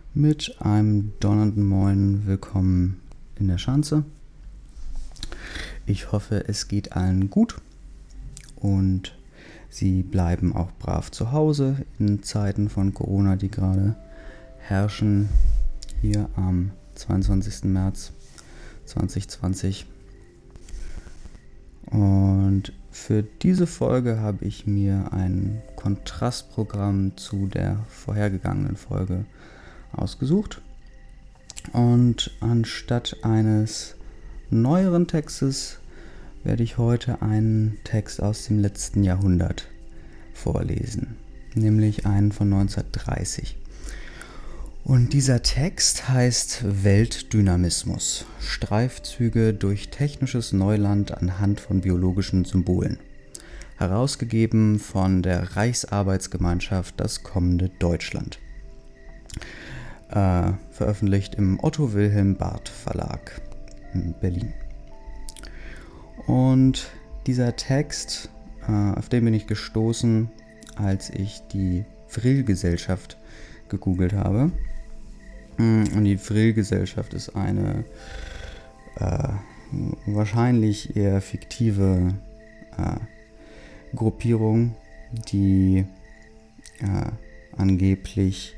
Mit einem donnernden Moin willkommen in der Schanze. Ich hoffe, es geht allen gut und Sie bleiben auch brav zu Hause in Zeiten von Corona, die gerade herrschen, hier am 22. März 2020. Und für diese Folge habe ich mir ein Kontrastprogramm zu der vorhergegangenen Folge ausgesucht. Und anstatt eines neueren Textes werde ich heute einen Text aus dem letzten Jahrhundert vorlesen, nämlich einen von 1930. Und dieser Text heißt Weltdynamismus, Streifzüge durch technisches Neuland anhand von biologischen Symbolen. Herausgegeben von der Reichsarbeitsgemeinschaft Das kommende Deutschland. Veröffentlicht im Otto Wilhelm Barth Verlag in Berlin. Und dieser Text, auf den bin ich gestoßen, als ich die Vril-Gesellschaft gegoogelt habe. Und die Vril-Gesellschaft ist eine wahrscheinlich eher fiktive Gruppierung, die angeblich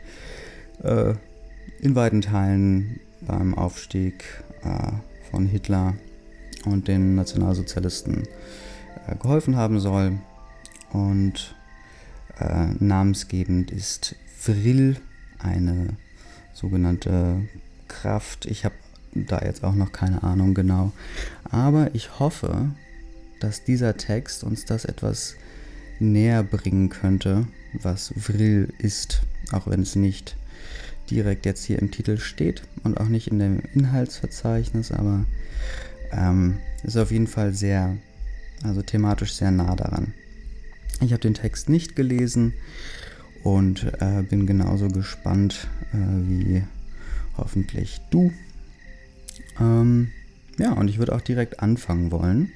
in weiten Teilen beim Aufstieg von Hitler und den Nationalsozialisten geholfen haben soll. Und namensgebend ist Vril, eine sogenannte Kraft. Ich habe da jetzt auch noch keine Ahnung genau. Aber ich hoffe, dass dieser Text uns das etwas näher bringen könnte, was Vril ist, auch wenn es nicht direkt jetzt hier im Titel steht und auch nicht in dem Inhaltsverzeichnis, aber ist auf jeden Fall thematisch sehr nah daran. Ich habe den Text nicht gelesen und bin genauso gespannt wie hoffentlich du. Und ich würde auch direkt anfangen wollen.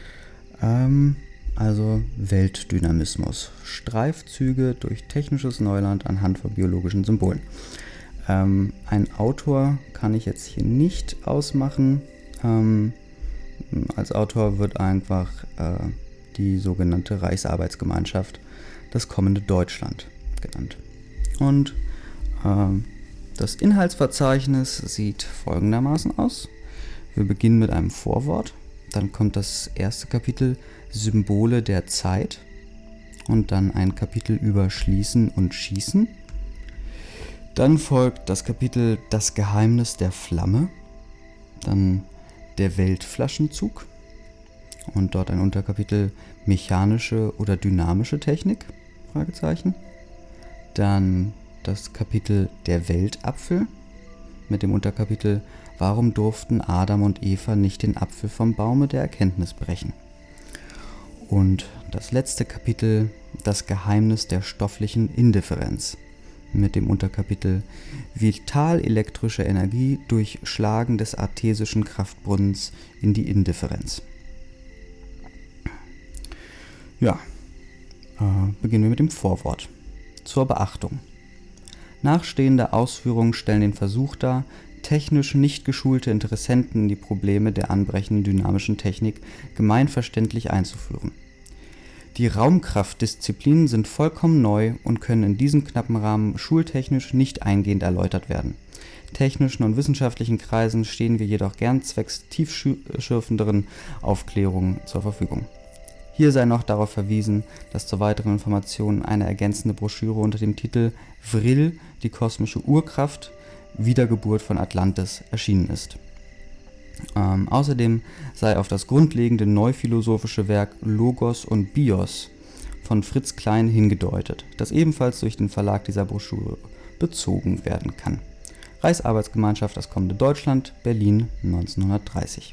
Also Weltdynamismus, Streifzüge durch technisches Neuland anhand von biologischen Symbolen. Ein Autor kann ich jetzt hier nicht ausmachen. Als Autor wird einfach die sogenannte Reichsarbeitsgemeinschaft Das kommende Deutschland genannt. Und das Inhaltsverzeichnis sieht folgendermaßen aus. Wir beginnen mit einem Vorwort, dann kommt das erste Kapitel Symbole der Zeit und dann ein Kapitel über Schließen und Schießen. Dann folgt das Kapitel Das Geheimnis der Flamme, dann der Weltflaschenzug und dort ein Unterkapitel Mechanische oder dynamische Technik, Fragezeichen. Dann das Kapitel Der Weltapfel mit dem Unterkapitel Warum durften Adam und Eva nicht den Apfel vom Baume der Erkenntnis brechen? Und das letzte Kapitel Das Geheimnis der stofflichen Indifferenz mit dem Unterkapitel Vitalelektrische Energie durch Schlagen des artesischen Kraftbrunnens in die Indifferenz. Beginnen wir mit dem Vorwort. Zur Beachtung. Nachstehende Ausführungen stellen den Versuch dar, technisch nicht geschulte Interessenten in die Probleme der anbrechenden dynamischen Technik gemeinverständlich einzuführen. Die Raumkraftdisziplinen sind vollkommen neu und können in diesem knappen Rahmen schultechnisch nicht eingehend erläutert werden. Technischen und wissenschaftlichen Kreisen stehen wir jedoch gern zwecks tiefschürfenderen Aufklärungen zur Verfügung. Hier sei noch darauf verwiesen, dass zur weiteren Information eine ergänzende Broschüre unter dem Titel Vril, die kosmische Urkraft, Wiedergeburt von Atlantis erschienen ist. Außerdem sei auf das grundlegende neuphilosophische Werk Logos und Bios von Fritz Klein hingedeutet, das ebenfalls durch den Verlag dieser Broschüre bezogen werden kann. Reichsarbeitsgemeinschaft Das kommende Deutschland, Berlin 1930.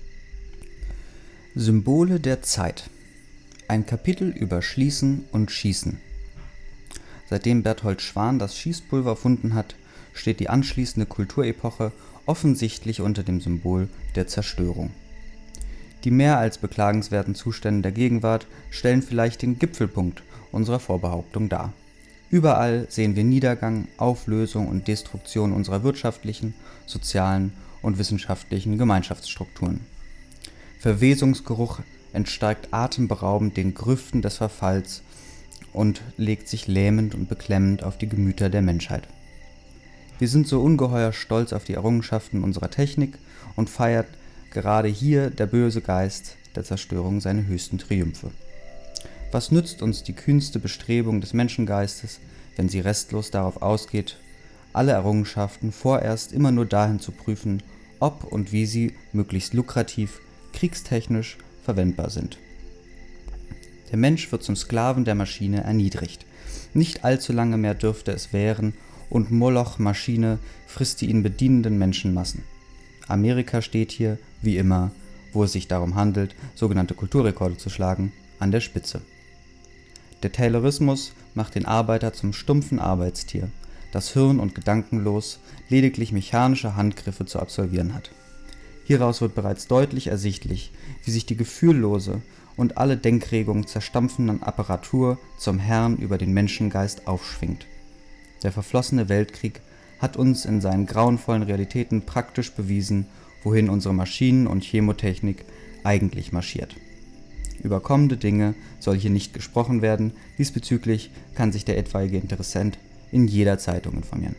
Symbole der Zeit. Ein Kapitel über Schließen und Schießen. Seitdem Berthold Schwan das Schießpulver erfunden hat, steht die anschließende Kulturepoche offensichtlich unter dem Symbol der Zerstörung. Die mehr als beklagenswerten Zustände der Gegenwart stellen vielleicht den Gipfelpunkt unserer Vorbehauptung dar. Überall sehen wir Niedergang, Auflösung und Destruktion unserer wirtschaftlichen, sozialen und wissenschaftlichen Gemeinschaftsstrukturen. Verwesungsgeruch entsteigt atemberaubend den Grüften des Verfalls und legt sich lähmend und beklemmend auf die Gemüter der Menschheit. Wir sind so ungeheuer stolz auf die Errungenschaften unserer Technik und feiert gerade hier der böse Geist der Zerstörung seine höchsten Triumphe. Was nützt uns die kühnste Bestrebung des Menschengeistes, wenn sie restlos darauf ausgeht, alle Errungenschaften vorerst immer nur dahin zu prüfen, ob und wie sie möglichst lukrativ, kriegstechnisch verwendbar sind. Der Mensch wird zum Sklaven der Maschine erniedrigt. Nicht allzu lange mehr dürfte es währen, und Moloch-Maschine frisst die ihn bedienenden Menschenmassen. Amerika steht hier, wie immer, wo es sich darum handelt, sogenannte Kulturrekorde zu schlagen, an der Spitze. Der Taylorismus macht den Arbeiter zum stumpfen Arbeitstier, das hirn- und gedankenlos lediglich mechanische Handgriffe zu absolvieren hat. Hieraus wird bereits deutlich ersichtlich, wie sich die gefühllose und alle Denkregungen zerstampfenden Apparatur zum Herrn über den Menschengeist aufschwingt. Der verflossene Weltkrieg hat uns in seinen grauenvollen Realitäten praktisch bewiesen, wohin unsere Maschinen- und Chemotechnik eigentlich marschiert. Über kommende Dinge soll hier nicht gesprochen werden, diesbezüglich kann sich der etwaige Interessent in jeder Zeitung informieren.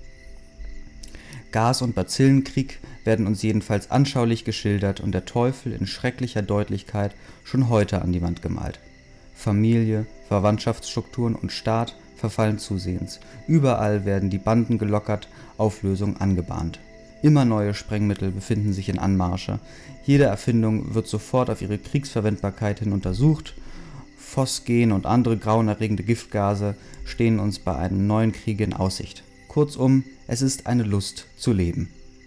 Gas- und Bazillenkrieg werden uns jedenfalls anschaulich geschildert und der Teufel in schrecklicher Deutlichkeit schon heute an die Wand gemalt. Familie, Verwandtschaftsstrukturen und Staat verfallen zusehends. Überall werden die Banden gelockert, Auflösung angebahnt. Immer neue Sprengmittel befinden sich in Anmarsche. Jede Erfindung wird sofort auf ihre Kriegsverwendbarkeit hin untersucht. Phosgen und andere grauenerregende Giftgase stehen uns bei einem neuen Krieg in Aussicht. Kurzum, es ist eine Lust zu leben.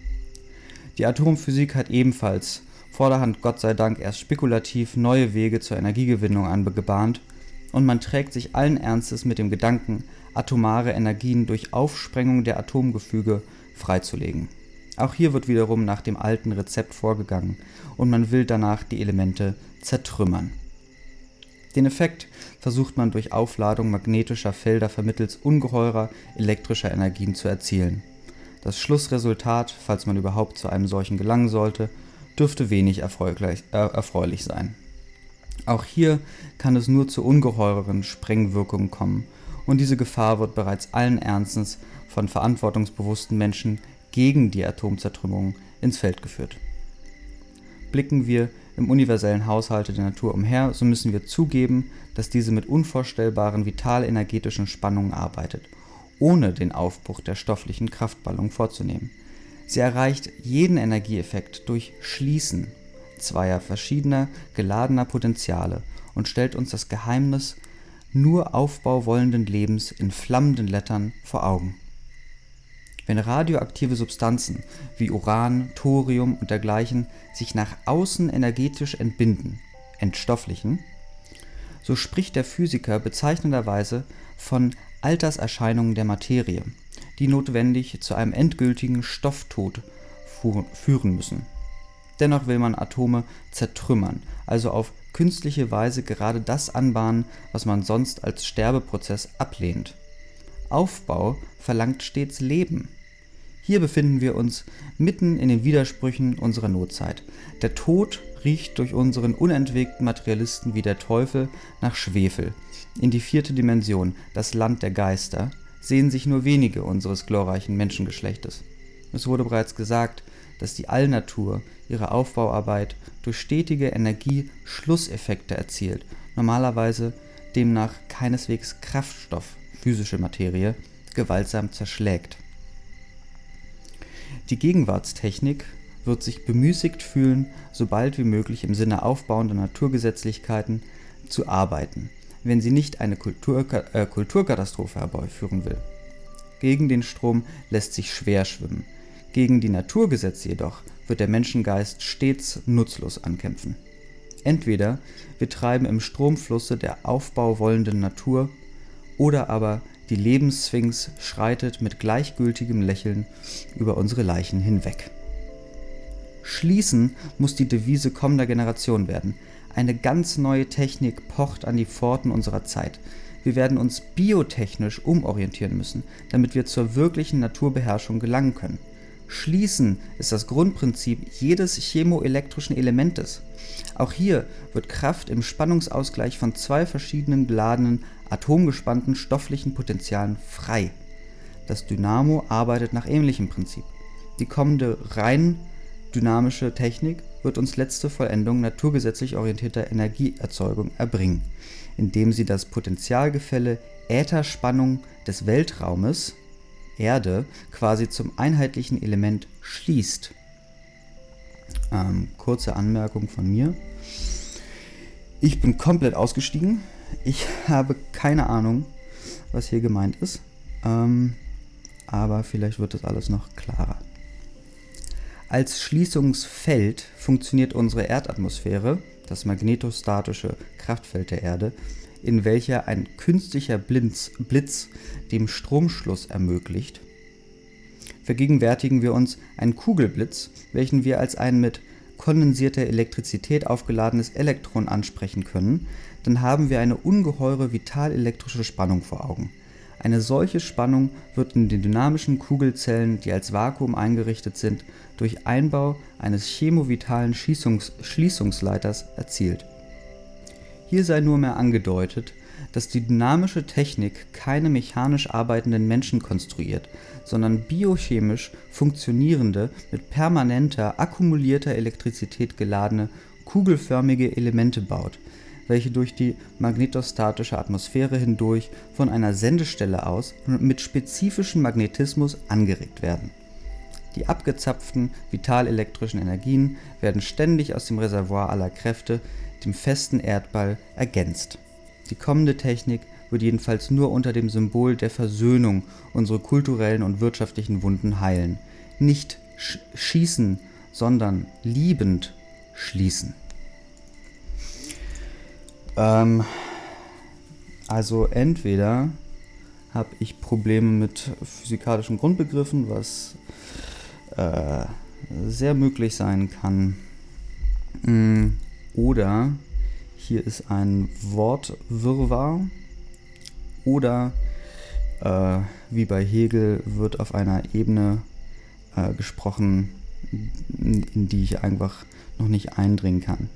Die Atomphysik hat ebenfalls, vorderhand Gott sei Dank erst spekulativ, neue Wege zur Energiegewinnung angebahnt und man trägt sich allen Ernstes mit dem Gedanken, atomare Energien durch Aufsprengung der Atomgefüge freizulegen. Auch hier wird wiederum nach dem alten Rezept vorgegangen und man will danach die Elemente zertrümmern. Den Effekt versucht man durch Aufladung magnetischer Felder vermittels ungeheurer elektrischer Energien zu erzielen. Das Schlussresultat, falls man überhaupt zu einem solchen gelangen sollte, dürfte wenig erfreulich sein. Auch hier kann es nur zu ungeheureren Sprengwirkungen kommen und diese Gefahr wird bereits allen Ernstes von verantwortungsbewussten Menschen gegen die Atomzertrümmerung ins Feld geführt. Blicken wir im universellen Haushalte der Natur umher, so müssen wir zugeben, dass diese mit unvorstellbaren vital-energetischen Spannungen arbeitet, ohne den Aufbruch der stofflichen Kraftballung vorzunehmen. Sie erreicht jeden Energieeffekt durch Schließen zweier verschiedener geladener Potenziale und stellt uns das Geheimnis nur Aufbau wollenden Lebens in flammenden Lettern vor Augen. Wenn radioaktive Substanzen wie Uran, Thorium und dergleichen sich nach außen energetisch entbinden, entstofflichen, so spricht der Physiker bezeichnenderweise von Alterserscheinungen der Materie, die notwendig zu einem endgültigen Stofftod führen müssen. Dennoch will man Atome zertrümmern, also auf künstliche Weise gerade das anbahnen, was man sonst als Sterbeprozess ablehnt. Aufbau verlangt stets Leben. Hier befinden wir uns mitten in den Widersprüchen unserer Notzeit. Der Tod riecht durch unseren unentwegten Materialisten wie der Teufel nach Schwefel. In die 4. Dimension, das Land der Geister, sehen sich nur wenige unseres glorreichen Menschengeschlechtes. Es wurde bereits gesagt, dass die Allnatur ihre Aufbauarbeit durch stetige Energie-Schlusseffekte erzielt, normalerweise demnach keineswegs Kraftstoff, physische Materie, gewaltsam zerschlägt. Die Gegenwartstechnik wird sich bemüßigt fühlen, so bald wie möglich im Sinne aufbauender Naturgesetzlichkeiten zu arbeiten, wenn sie nicht eine Kulturkatastrophe herbeiführen will. Gegen den Strom lässt sich schwer schwimmen. Gegen die Naturgesetze jedoch wird der Menschengeist stets nutzlos ankämpfen. Entweder wir treiben im Stromflusse der Aufbau wollenden Natur, oder aber die Lebenssphinx schreitet mit gleichgültigem Lächeln über unsere Leichen hinweg. Schließen muss die Devise kommender Generation werden. Eine ganz neue Technik pocht an die Pforten unserer Zeit. Wir werden uns biotechnisch umorientieren müssen, damit wir zur wirklichen Naturbeherrschung gelangen können. Schließen ist das Grundprinzip jedes chemoelektrischen Elementes. Auch hier wird Kraft im Spannungsausgleich von zwei verschiedenen geladenen, atomgespannten stofflichen Potentialen frei. Das Dynamo arbeitet nach ähnlichem Prinzip. Die kommende rein dynamische Technik wird uns letzte Vollendung naturgesetzlich orientierter Energieerzeugung erbringen, indem sie das Potentialgefälle Ätherspannung des Weltraumes, Erde, quasi zum einheitlichen Element schließt. Kurze Anmerkung von mir. Ich bin komplett ausgestiegen. Ich habe keine Ahnung, was hier gemeint ist. Aber vielleicht wird das alles noch klarer. Als Schließungsfeld funktioniert unsere Erdatmosphäre, das magnetostatische Kraftfeld der Erde, in welcher ein künstlicher Blitz dem Stromschluss ermöglicht. Vergegenwärtigen wir uns einen Kugelblitz, welchen wir als ein mit kondensierter Elektrizität aufgeladenes Elektron ansprechen können, dann haben wir eine ungeheure vitalelektrische Spannung vor Augen. Eine solche Spannung wird in den dynamischen Kugelzellen, die als Vakuum eingerichtet sind, durch Einbau eines chemovitalen Schließungsleiters erzielt. Hier sei nur mehr angedeutet, dass die dynamische Technik keine mechanisch arbeitenden Menschen konstruiert, sondern biochemisch funktionierende, mit permanenter, akkumulierter Elektrizität geladene, kugelförmige Elemente baut, welche durch die magnetostatische Atmosphäre hindurch von einer Sendestelle aus mit spezifischem Magnetismus angeregt werden. Die abgezapften vitalelektrischen Energien werden ständig aus dem Reservoir aller Kräfte, dem festen Erdball, ergänzt. Die kommende Technik wird jedenfalls nur unter dem Symbol der Versöhnung unsere kulturellen und wirtschaftlichen Wunden heilen. Nicht schießen, sondern liebend schließen. Also entweder habe ich Probleme mit physikalischen Grundbegriffen, was sehr möglich sein kann, oder hier ist ein Wortwirrwarr, oder wie bei Hegel wird auf einer Ebene gesprochen, in die ich einfach noch nicht eindringen kann.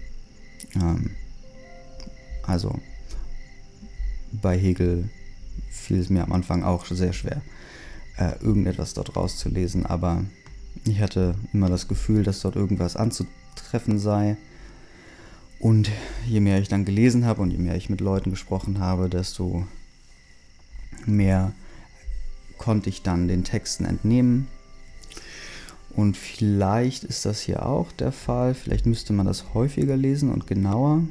Also bei Hegel fiel es mir am Anfang auch sehr schwer, irgendetwas dort rauszulesen, aber ich hatte immer das Gefühl, dass dort irgendwas anzutreffen sei. Und je mehr ich dann gelesen habe und je mehr ich mit Leuten gesprochen habe, desto mehr konnte ich dann den Texten entnehmen. Und vielleicht ist das hier auch der Fall, vielleicht müsste man das häufiger lesen und genauer.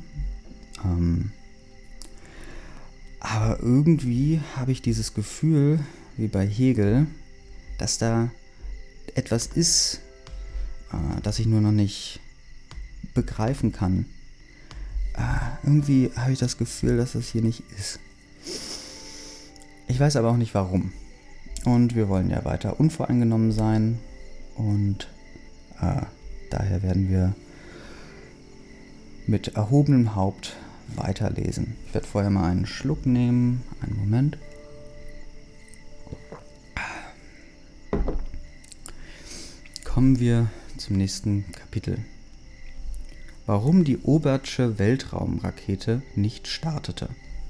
Aber irgendwie habe ich dieses Gefühl, wie bei Hegel, dass da etwas ist, das ich nur noch nicht begreifen kann. Irgendwie habe ich das Gefühl, dass das hier nicht ist. Ich weiß aber auch nicht warum. Und wir wollen ja weiter unvoreingenommen sein. Und daher werden wir mit erhobenem Haupt weiterlesen. Ich werde vorher mal einen Schluck nehmen. Einen Moment. Kommen wir zum nächsten Kapitel. Warum die Obertsche Weltraumrakete nicht startete.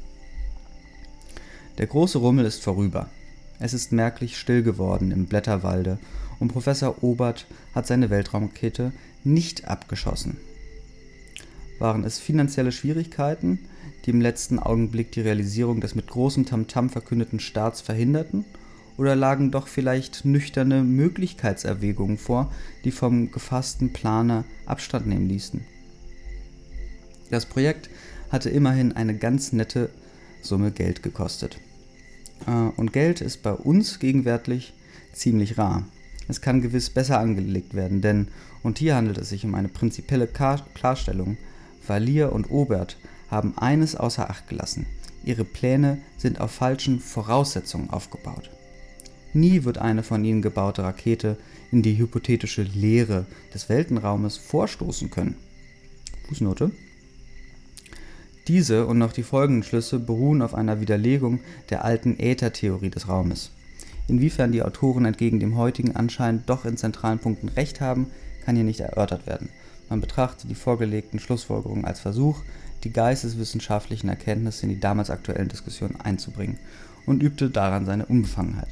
Der große Rummel ist vorüber. Es ist merklich still geworden im Blätterwalde und Professor Obert hat seine Weltraumrakete nicht abgeschossen. Waren es finanzielle Schwierigkeiten, die im letzten Augenblick die Realisierung des mit großem Tamtam verkündeten Starts verhinderten? Oder lagen doch vielleicht nüchterne Möglichkeitserwägungen vor, die vom gefassten Planer Abstand nehmen ließen? Das Projekt hatte immerhin eine ganz nette Summe Geld gekostet. Und Geld ist bei uns gegenwärtig ziemlich rar. Es kann gewiss besser angelegt werden, denn, und hier handelt es sich um eine prinzipielle Klarstellung, Valier und Obert haben eines außer Acht gelassen: Ihre Pläne sind auf falschen Voraussetzungen aufgebaut. Nie wird eine von ihnen gebaute Rakete in die hypothetische Leere des Weltenraumes vorstoßen können. Fußnote. Diese und noch die folgenden Schlüsse beruhen auf einer Widerlegung der alten Äthertheorie des Raumes. Inwiefern die Autoren entgegen dem heutigen Anschein doch in zentralen Punkten recht haben, kann hier nicht erörtert werden. Man betrachtet die vorgelegten Schlussfolgerungen als Versuch, die geisteswissenschaftlichen Erkenntnisse in die damals aktuellen Diskussionen einzubringen und übe daran seine Unbefangenheit.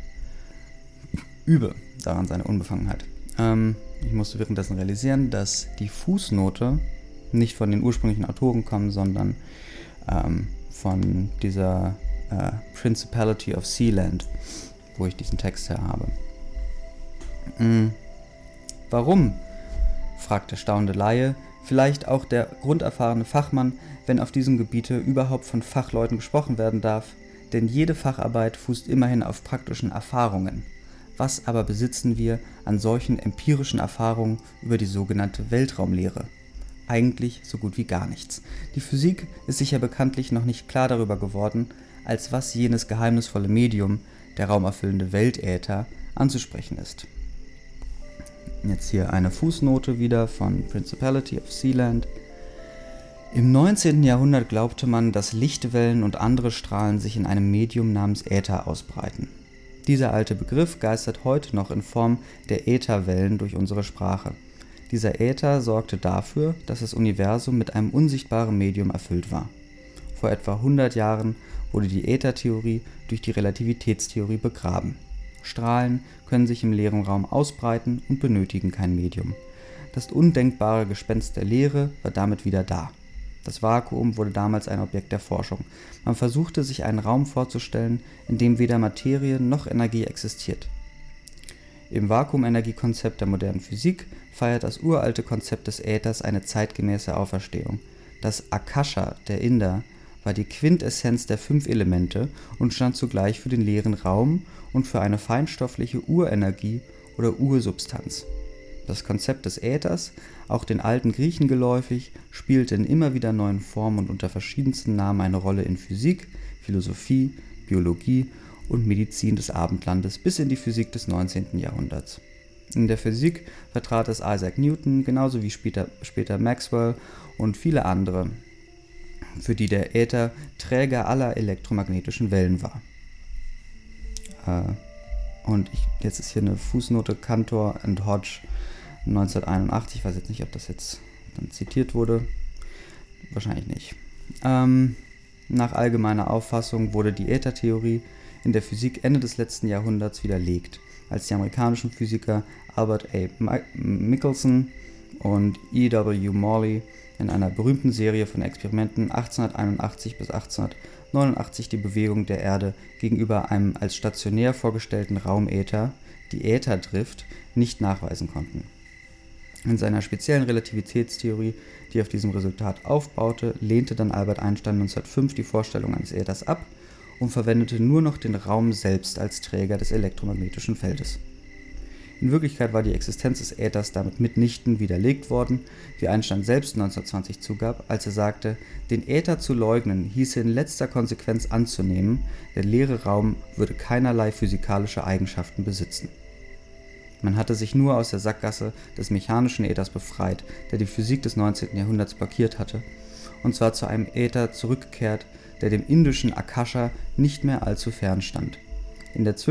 Ich musste währenddessen realisieren, dass die Fußnote nicht von den ursprünglichen Autoren kommt, sondern von dieser Principality of Sealand, wo ich diesen Text her habe. Warum? Fragt der staunende Laie, vielleicht auch der grunderfahrene Fachmann, wenn auf diesem Gebiete überhaupt von Fachleuten gesprochen werden darf, denn jede Facharbeit fußt immerhin auf praktischen Erfahrungen. Was aber besitzen wir an solchen empirischen Erfahrungen über die sogenannte Weltraumlehre? Eigentlich so gut wie gar nichts. Die Physik ist sich ja bekanntlich noch nicht klar darüber geworden, als was jenes geheimnisvolle Medium, der raumerfüllende Weltäther, anzusprechen ist. Jetzt hier eine Fußnote wieder von Principality of Sealand. Im 19. Jahrhundert glaubte man, dass Lichtwellen und andere Strahlen sich in einem Medium namens Äther ausbreiten. Dieser alte Begriff geistert heute noch in Form der Ätherwellen durch unsere Sprache. Dieser Äther sorgte dafür, dass das Universum mit einem unsichtbaren Medium erfüllt war. Vor etwa 100 Jahren wurde die Äthertheorie durch die Relativitätstheorie begraben. Strahlen können sich im leeren Raum ausbreiten und benötigen kein Medium. Das undenkbare Gespenst der Leere war damit wieder da. Das Vakuum wurde damals ein Objekt der Forschung. Man versuchte sich einen Raum vorzustellen, in dem weder Materie noch Energie existiert. Im Vakuumenergiekonzept der modernen Physik feiert das uralte Konzept des Äthers eine zeitgemäße Auferstehung. Das Akasha der Inder war die Quintessenz der 5 Elemente und stand zugleich für den leeren Raum und für eine feinstoffliche Urenergie oder Ursubstanz. Das Konzept des Äthers, auch den alten Griechen geläufig, spielte in immer wieder neuen Formen und unter verschiedensten Namen eine Rolle in Physik, Philosophie, Biologie und Medizin des Abendlandes bis in die Physik des 19. Jahrhunderts. In der Physik vertrat es Isaac Newton, genauso wie später Maxwell und viele andere, für die der Äther Träger aller elektromagnetischen Wellen war. Jetzt ist hier eine Fußnote, Cantor and Hodge 1981, ich weiß jetzt nicht, ob das jetzt dann zitiert wurde, wahrscheinlich nicht. Nach allgemeiner Auffassung wurde die Äthertheorie in der Physik Ende des letzten Jahrhunderts widerlegt, als die amerikanischen Physiker Albert A. Michelson und E.W. Morley in einer berühmten Serie von Experimenten 1881 bis 1889 die Bewegung der Erde gegenüber einem als stationär vorgestellten Raumäther, die Ätherdrift, nicht nachweisen konnten. In seiner speziellen Relativitätstheorie, die auf diesem Resultat aufbaute, lehnte dann Albert Einstein 1905 die Vorstellung eines Äthers ab und verwendete nur noch den Raum selbst als Träger des elektromagnetischen Feldes. In Wirklichkeit war die Existenz des Äthers damit mitnichten widerlegt worden, wie Einstein selbst 1920 zugab, als er sagte, den Äther zu leugnen hieße in letzter Konsequenz anzunehmen, der leere Raum würde keinerlei physikalische Eigenschaften besitzen. Man hatte sich nur aus der Sackgasse des mechanischen Äthers befreit, der die Physik des 19. Jahrhunderts blockiert hatte, und zwar zu einem Äther zurückgekehrt, der dem indischen Akasha nicht mehr allzu fern stand. In der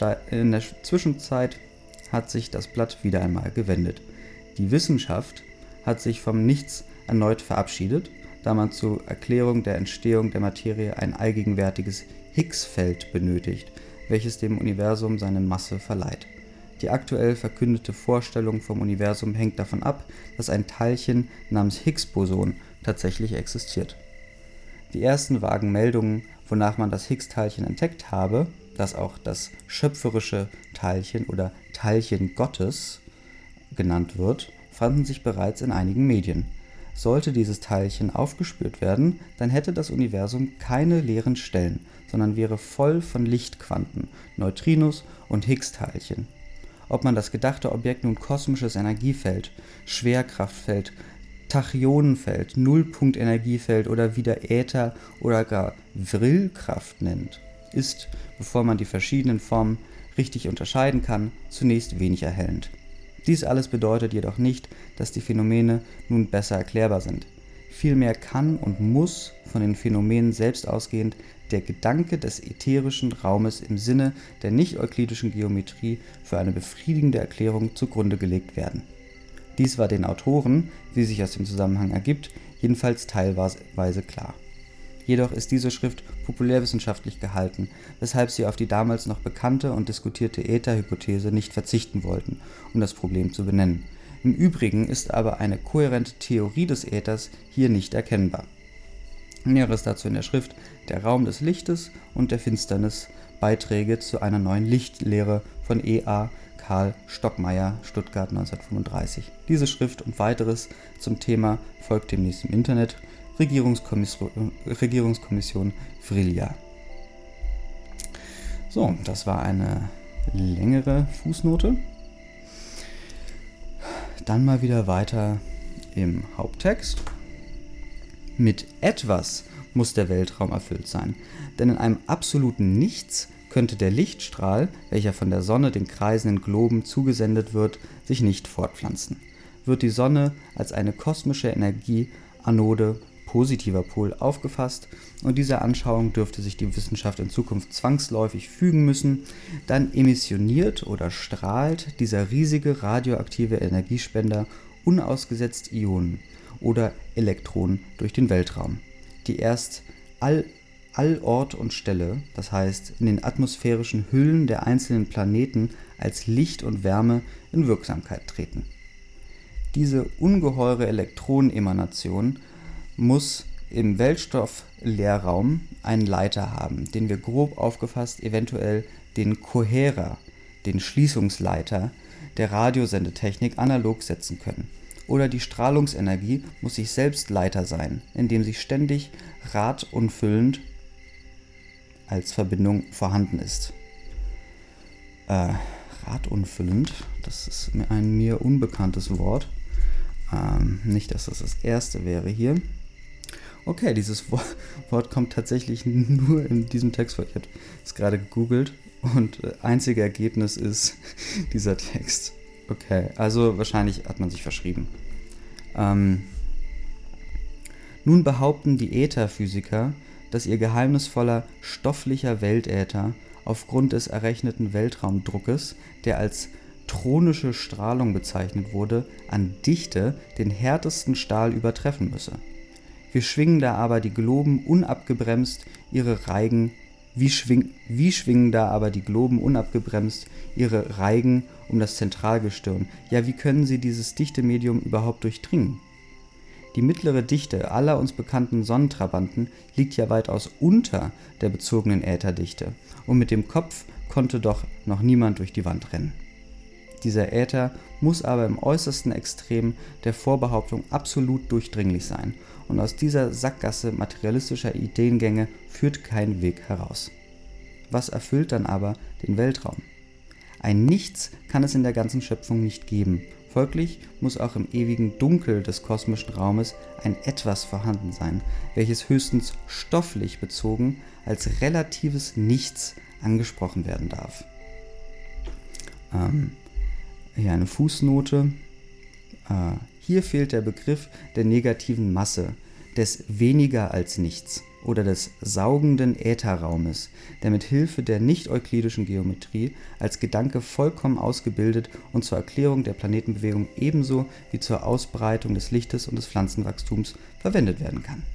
Zwischenzeit hat sich das Blatt wieder einmal gewendet. Die Wissenschaft hat sich vom Nichts erneut verabschiedet, da man zur Erklärung der Entstehung der Materie ein allgegenwärtiges Higgs-Feld benötigt, welches dem Universum seine Masse verleiht. Die aktuell verkündete Vorstellung vom Universum hängt davon ab, dass ein Teilchen namens Higgs-Boson tatsächlich existiert. Die ersten vagen Meldungen, wonach man das Higgs-Teilchen entdeckt habe, das auch das schöpferische Teilchen oder Teilchen Gottes genannt wird, fanden sich bereits in einigen Medien. Sollte dieses Teilchen aufgespürt werden, dann hätte das Universum keine leeren Stellen, sondern wäre voll von Lichtquanten, Neutrinos und Higgs-Teilchen. Ob man das gedachte Objekt nun kosmisches Energiefeld, Schwerkraftfeld, Tachyonenfeld, Nullpunktenergiefeld oder wieder Äther oder gar Vrillkraft nennt, ist, bevor man die verschiedenen Formen richtig unterscheiden kann, zunächst wenig erhellend. Dies alles bedeutet jedoch nicht, dass die Phänomene nun besser erklärbar sind. Vielmehr kann und muss von den Phänomenen selbst ausgehend der Gedanke des ätherischen Raumes im Sinne der nicht-euklidischen Geometrie für eine befriedigende Erklärung zugrunde gelegt werden. Dies war den Autoren, wie sich aus dem Zusammenhang ergibt, jedenfalls teilweise klar. Jedoch ist diese Schrift populärwissenschaftlich gehalten, weshalb sie auf die damals noch bekannte und diskutierte Ätherhypothese nicht verzichten wollten, um das Problem zu benennen. Im Übrigen ist aber eine kohärente Theorie des Äthers hier nicht erkennbar. Näheres dazu in der Schrift Der Raum des Lichtes und der Finsternis, Beiträge zu einer neuen Lichtlehre von E.A. Karl Stockmeier, Stuttgart 1935. Diese Schrift und weiteres zum Thema folgt demnächst im Internet. Regierungskommission Vrilja. So, das war eine längere Fußnote. Dann mal wieder weiter im Haupttext. Mit etwas muss der Weltraum erfüllt sein, denn in einem absoluten Nichts könnte der Lichtstrahl, welcher von der Sonne den kreisenden Globen zugesendet wird, sich nicht fortpflanzen. Wird die Sonne als eine kosmische Energieanode positiver Pol aufgefasst und dieser Anschauung dürfte sich die Wissenschaft in Zukunft zwangsläufig fügen müssen, dann emissioniert oder strahlt dieser riesige radioaktive Energiespender unausgesetzt Ionen oder Elektronen durch den Weltraum, die erst all Ort und Stelle, das heißt in den atmosphärischen Hüllen der einzelnen Planeten als Licht und Wärme in Wirksamkeit treten. Diese ungeheure Elektronenemanation muss im Weltstoffleerraum einen Leiter haben, den wir grob aufgefasst eventuell den Kohärer, den Schließungsleiter der Radiosendetechnik analog setzen können. Oder die Strahlungsenergie muss sich selbst Leiter sein, indem sie ständig radunfüllend als Verbindung vorhanden ist. Radunfüllend, das ist ein mir unbekanntes Wort. Nicht, dass das das erste wäre hier. Okay, dieses Wort kommt tatsächlich nur in diesem Text vor. Ich habe es gerade gegoogelt und einzige Ergebnis ist dieser Text. Okay, also wahrscheinlich hat man sich verschrieben. Nun behaupten die Ätherphysiker, dass ihr geheimnisvoller stofflicher Weltäther aufgrund des errechneten Weltraumdruckes, der als tronische Strahlung bezeichnet wurde, an Dichte den härtesten Stahl übertreffen müsse. Wie schwingen da aber die Globen unabgebremst ihre Reigen um das Zentralgestirn? Ja, wie können sie dieses dichte Medium überhaupt durchdringen? Die mittlere Dichte aller uns bekannten Sonnentrabanten liegt ja weitaus unter der bezogenen Ätherdichte, und mit dem Kopf konnte doch noch niemand durch die Wand rennen. Dieser Äther muss aber im äußersten Extrem der Vorbehauptung absolut durchdringlich sein, und aus dieser Sackgasse materialistischer Ideengänge führt kein Weg heraus. Was erfüllt dann aber den Weltraum? Ein Nichts kann es in der ganzen Schöpfung nicht geben. Folglich muss auch im ewigen Dunkel des kosmischen Raumes ein Etwas vorhanden sein, welches höchstens stofflich bezogen als relatives Nichts angesprochen werden darf. Hier eine Fußnote. Hier fehlt der Begriff der negativen Masse, des weniger als nichts oder des saugenden Ätherraumes, der mit Hilfe der nicht-euklidischen Geometrie als Gedanke vollkommen ausgebildet und zur Erklärung der Planetenbewegung ebenso wie zur Ausbreitung des Lichtes und des Pflanzenwachstums verwendet werden kann.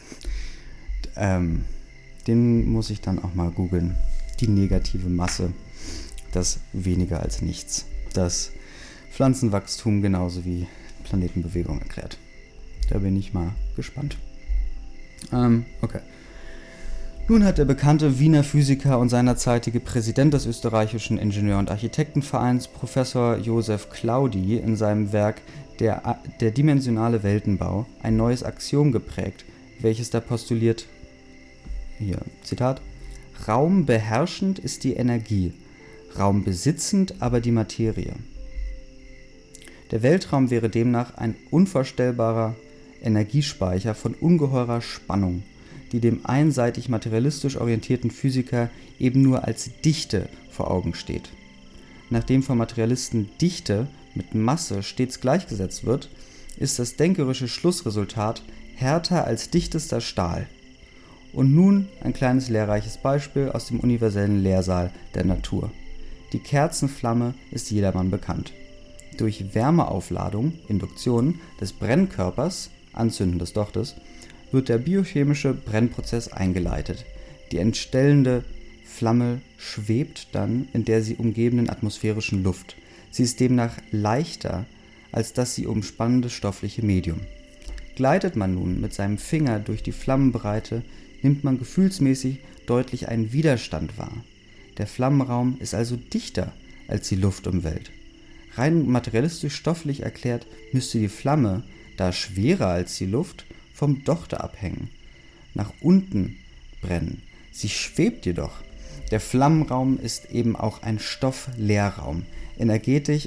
Den muss ich dann auch mal googeln. Die negative Masse, das weniger als nichts, das Pflanzenwachstum genauso wie Planetenbewegung erklärt. Da bin ich mal gespannt. Okay. Nun hat der bekannte Wiener Physiker und seinerzeitige Präsident des österreichischen Ingenieur- und Architektenvereins, Professor Josef Claudi, in seinem Werk der dimensionale Weltenbau ein neues Axiom geprägt, welches da postuliert, hier, Zitat, Raum beherrschend ist die Energie, Raum besitzend aber die Materie. Der Weltraum wäre demnach ein unvorstellbarer Energiespeicher von ungeheurer Spannung, die dem einseitig materialistisch orientierten Physiker eben nur als Dichte vor Augen steht. Nachdem von Materialisten Dichte mit Masse stets gleichgesetzt wird, ist das denkerische Schlussresultat härter als dichtester Stahl. Und nun ein kleines lehrreiches Beispiel aus dem universellen Lehrsaal der Natur. Die Kerzenflamme ist jedermann bekannt. Durch Wärmeaufladung, Induktion des Brennkörpers, Anzünden des Dochtes, wird der biochemische Brennprozess eingeleitet. Die entstellende Flamme schwebt dann in der sie umgebenden atmosphärischen Luft. Sie ist demnach leichter als das sie umspannende stoffliche Medium. Gleitet man nun mit seinem Finger durch die Flammenbreite, nimmt man gefühlsmäßig deutlich einen Widerstand wahr. Der Flammenraum ist also dichter als die Luftumwelt. Rein materialistisch stofflich erklärt, müsste die Flamme, da schwerer als die Luft, vom Dochte abhängen, nach unten brennen. Sie schwebt jedoch. Der Flammenraum ist eben auch ein Stoffleerraum, energetisch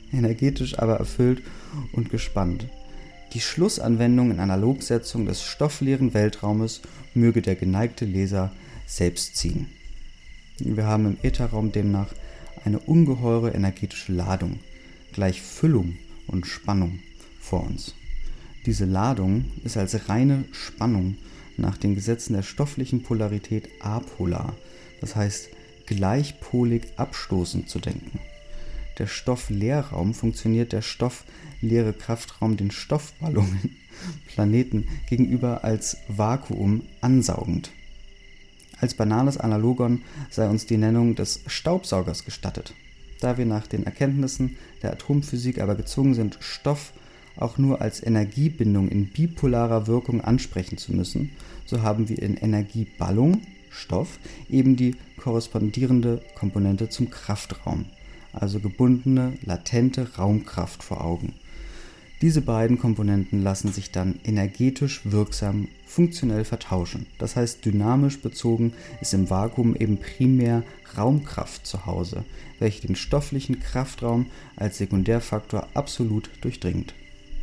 aber erfüllt und gespannt. Die Schlussanwendung in Analogsetzung des stoffleeren Weltraumes möge der geneigte Leser selbst ziehen. Wir haben im Ätherraum demnach eine ungeheure energetische Ladung, gleich Füllung und Spannung vor uns. Diese Ladung ist als reine Spannung nach den Gesetzen der stofflichen Polarität apolar, das heißt gleichpolig abstoßend zu denken. Der Stoffleerraum funktioniert der stoffleere Kraftraum den Stoffballungen, Planeten, gegenüber als Vakuum ansaugend. Als banales Analogon sei uns die Nennung des Staubsaugers gestattet. Da wir nach den Erkenntnissen der Atomphysik aber gezwungen sind, Stoff auch nur als Energiebindung in bipolarer Wirkung ansprechen zu müssen, so haben wir in Energieballung, Stoff, eben die korrespondierende Komponente zum Kraftraum, also gebundene, latente Raumkraft vor Augen. Diese beiden Komponenten lassen sich dann energetisch wirksam funktionell vertauschen. Das heißt, dynamisch bezogen ist im Vakuum eben primär Raumkraft zu Hause, welche den stofflichen Kraftraum als Sekundärfaktor absolut durchdringt.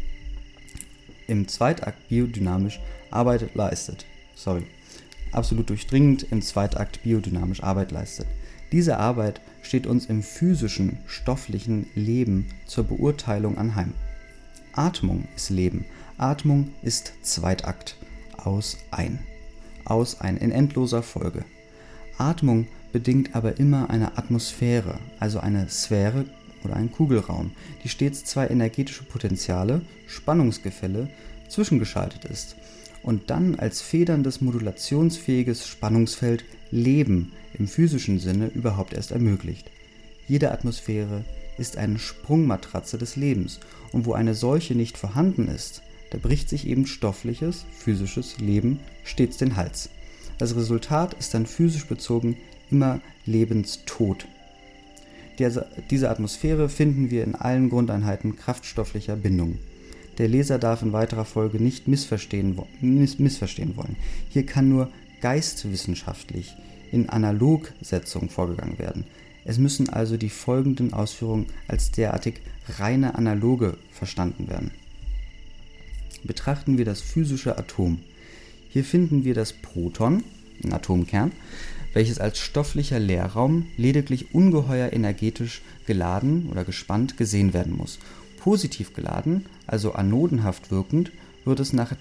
Im Zweitakt biodynamisch Arbeit leistet. Absolut durchdringend im Zweitakt biodynamisch Arbeit leistet. Diese Arbeit steht uns im physischen, stofflichen Leben zur Beurteilung anheim. Atmung ist Leben. Atmung ist Zweitakt. Aus-Ein in endloser Folge. Atmung bedingt aber immer eine Atmosphäre, also eine Sphäre oder einen Kugelraum, die stets zwei energetische Potenziale, Spannungsgefälle, zwischengeschaltet ist und dann als federndes modulationsfähiges Spannungsfeld Leben im physischen Sinne überhaupt erst ermöglicht. Jede Atmosphäre ist eine Sprungmatratze des Lebens und wo eine solche nicht vorhanden ist, da bricht sich eben stoffliches, physisches Leben stets den Hals. Das Resultat ist dann physisch bezogen immer Lebenstod. Diese Atmosphäre finden wir in allen Grundeinheiten kraftstofflicher Bindung. Der Leser darf in weiterer Folge nicht missverstehen wollen. Hier kann nur geistwissenschaftlich in Analogsetzung vorgegangen werden. Es müssen also die folgenden Ausführungen als derartig reine Analoge verstanden werden. Betrachten wir das physische Atom. Hier finden wir das Proton, ein Atomkern, welches als stofflicher Leerraum lediglich ungeheuer energetisch geladen oder gespannt gesehen werden muss. Positiv geladen, also anodenhaft wirkend, wird es nach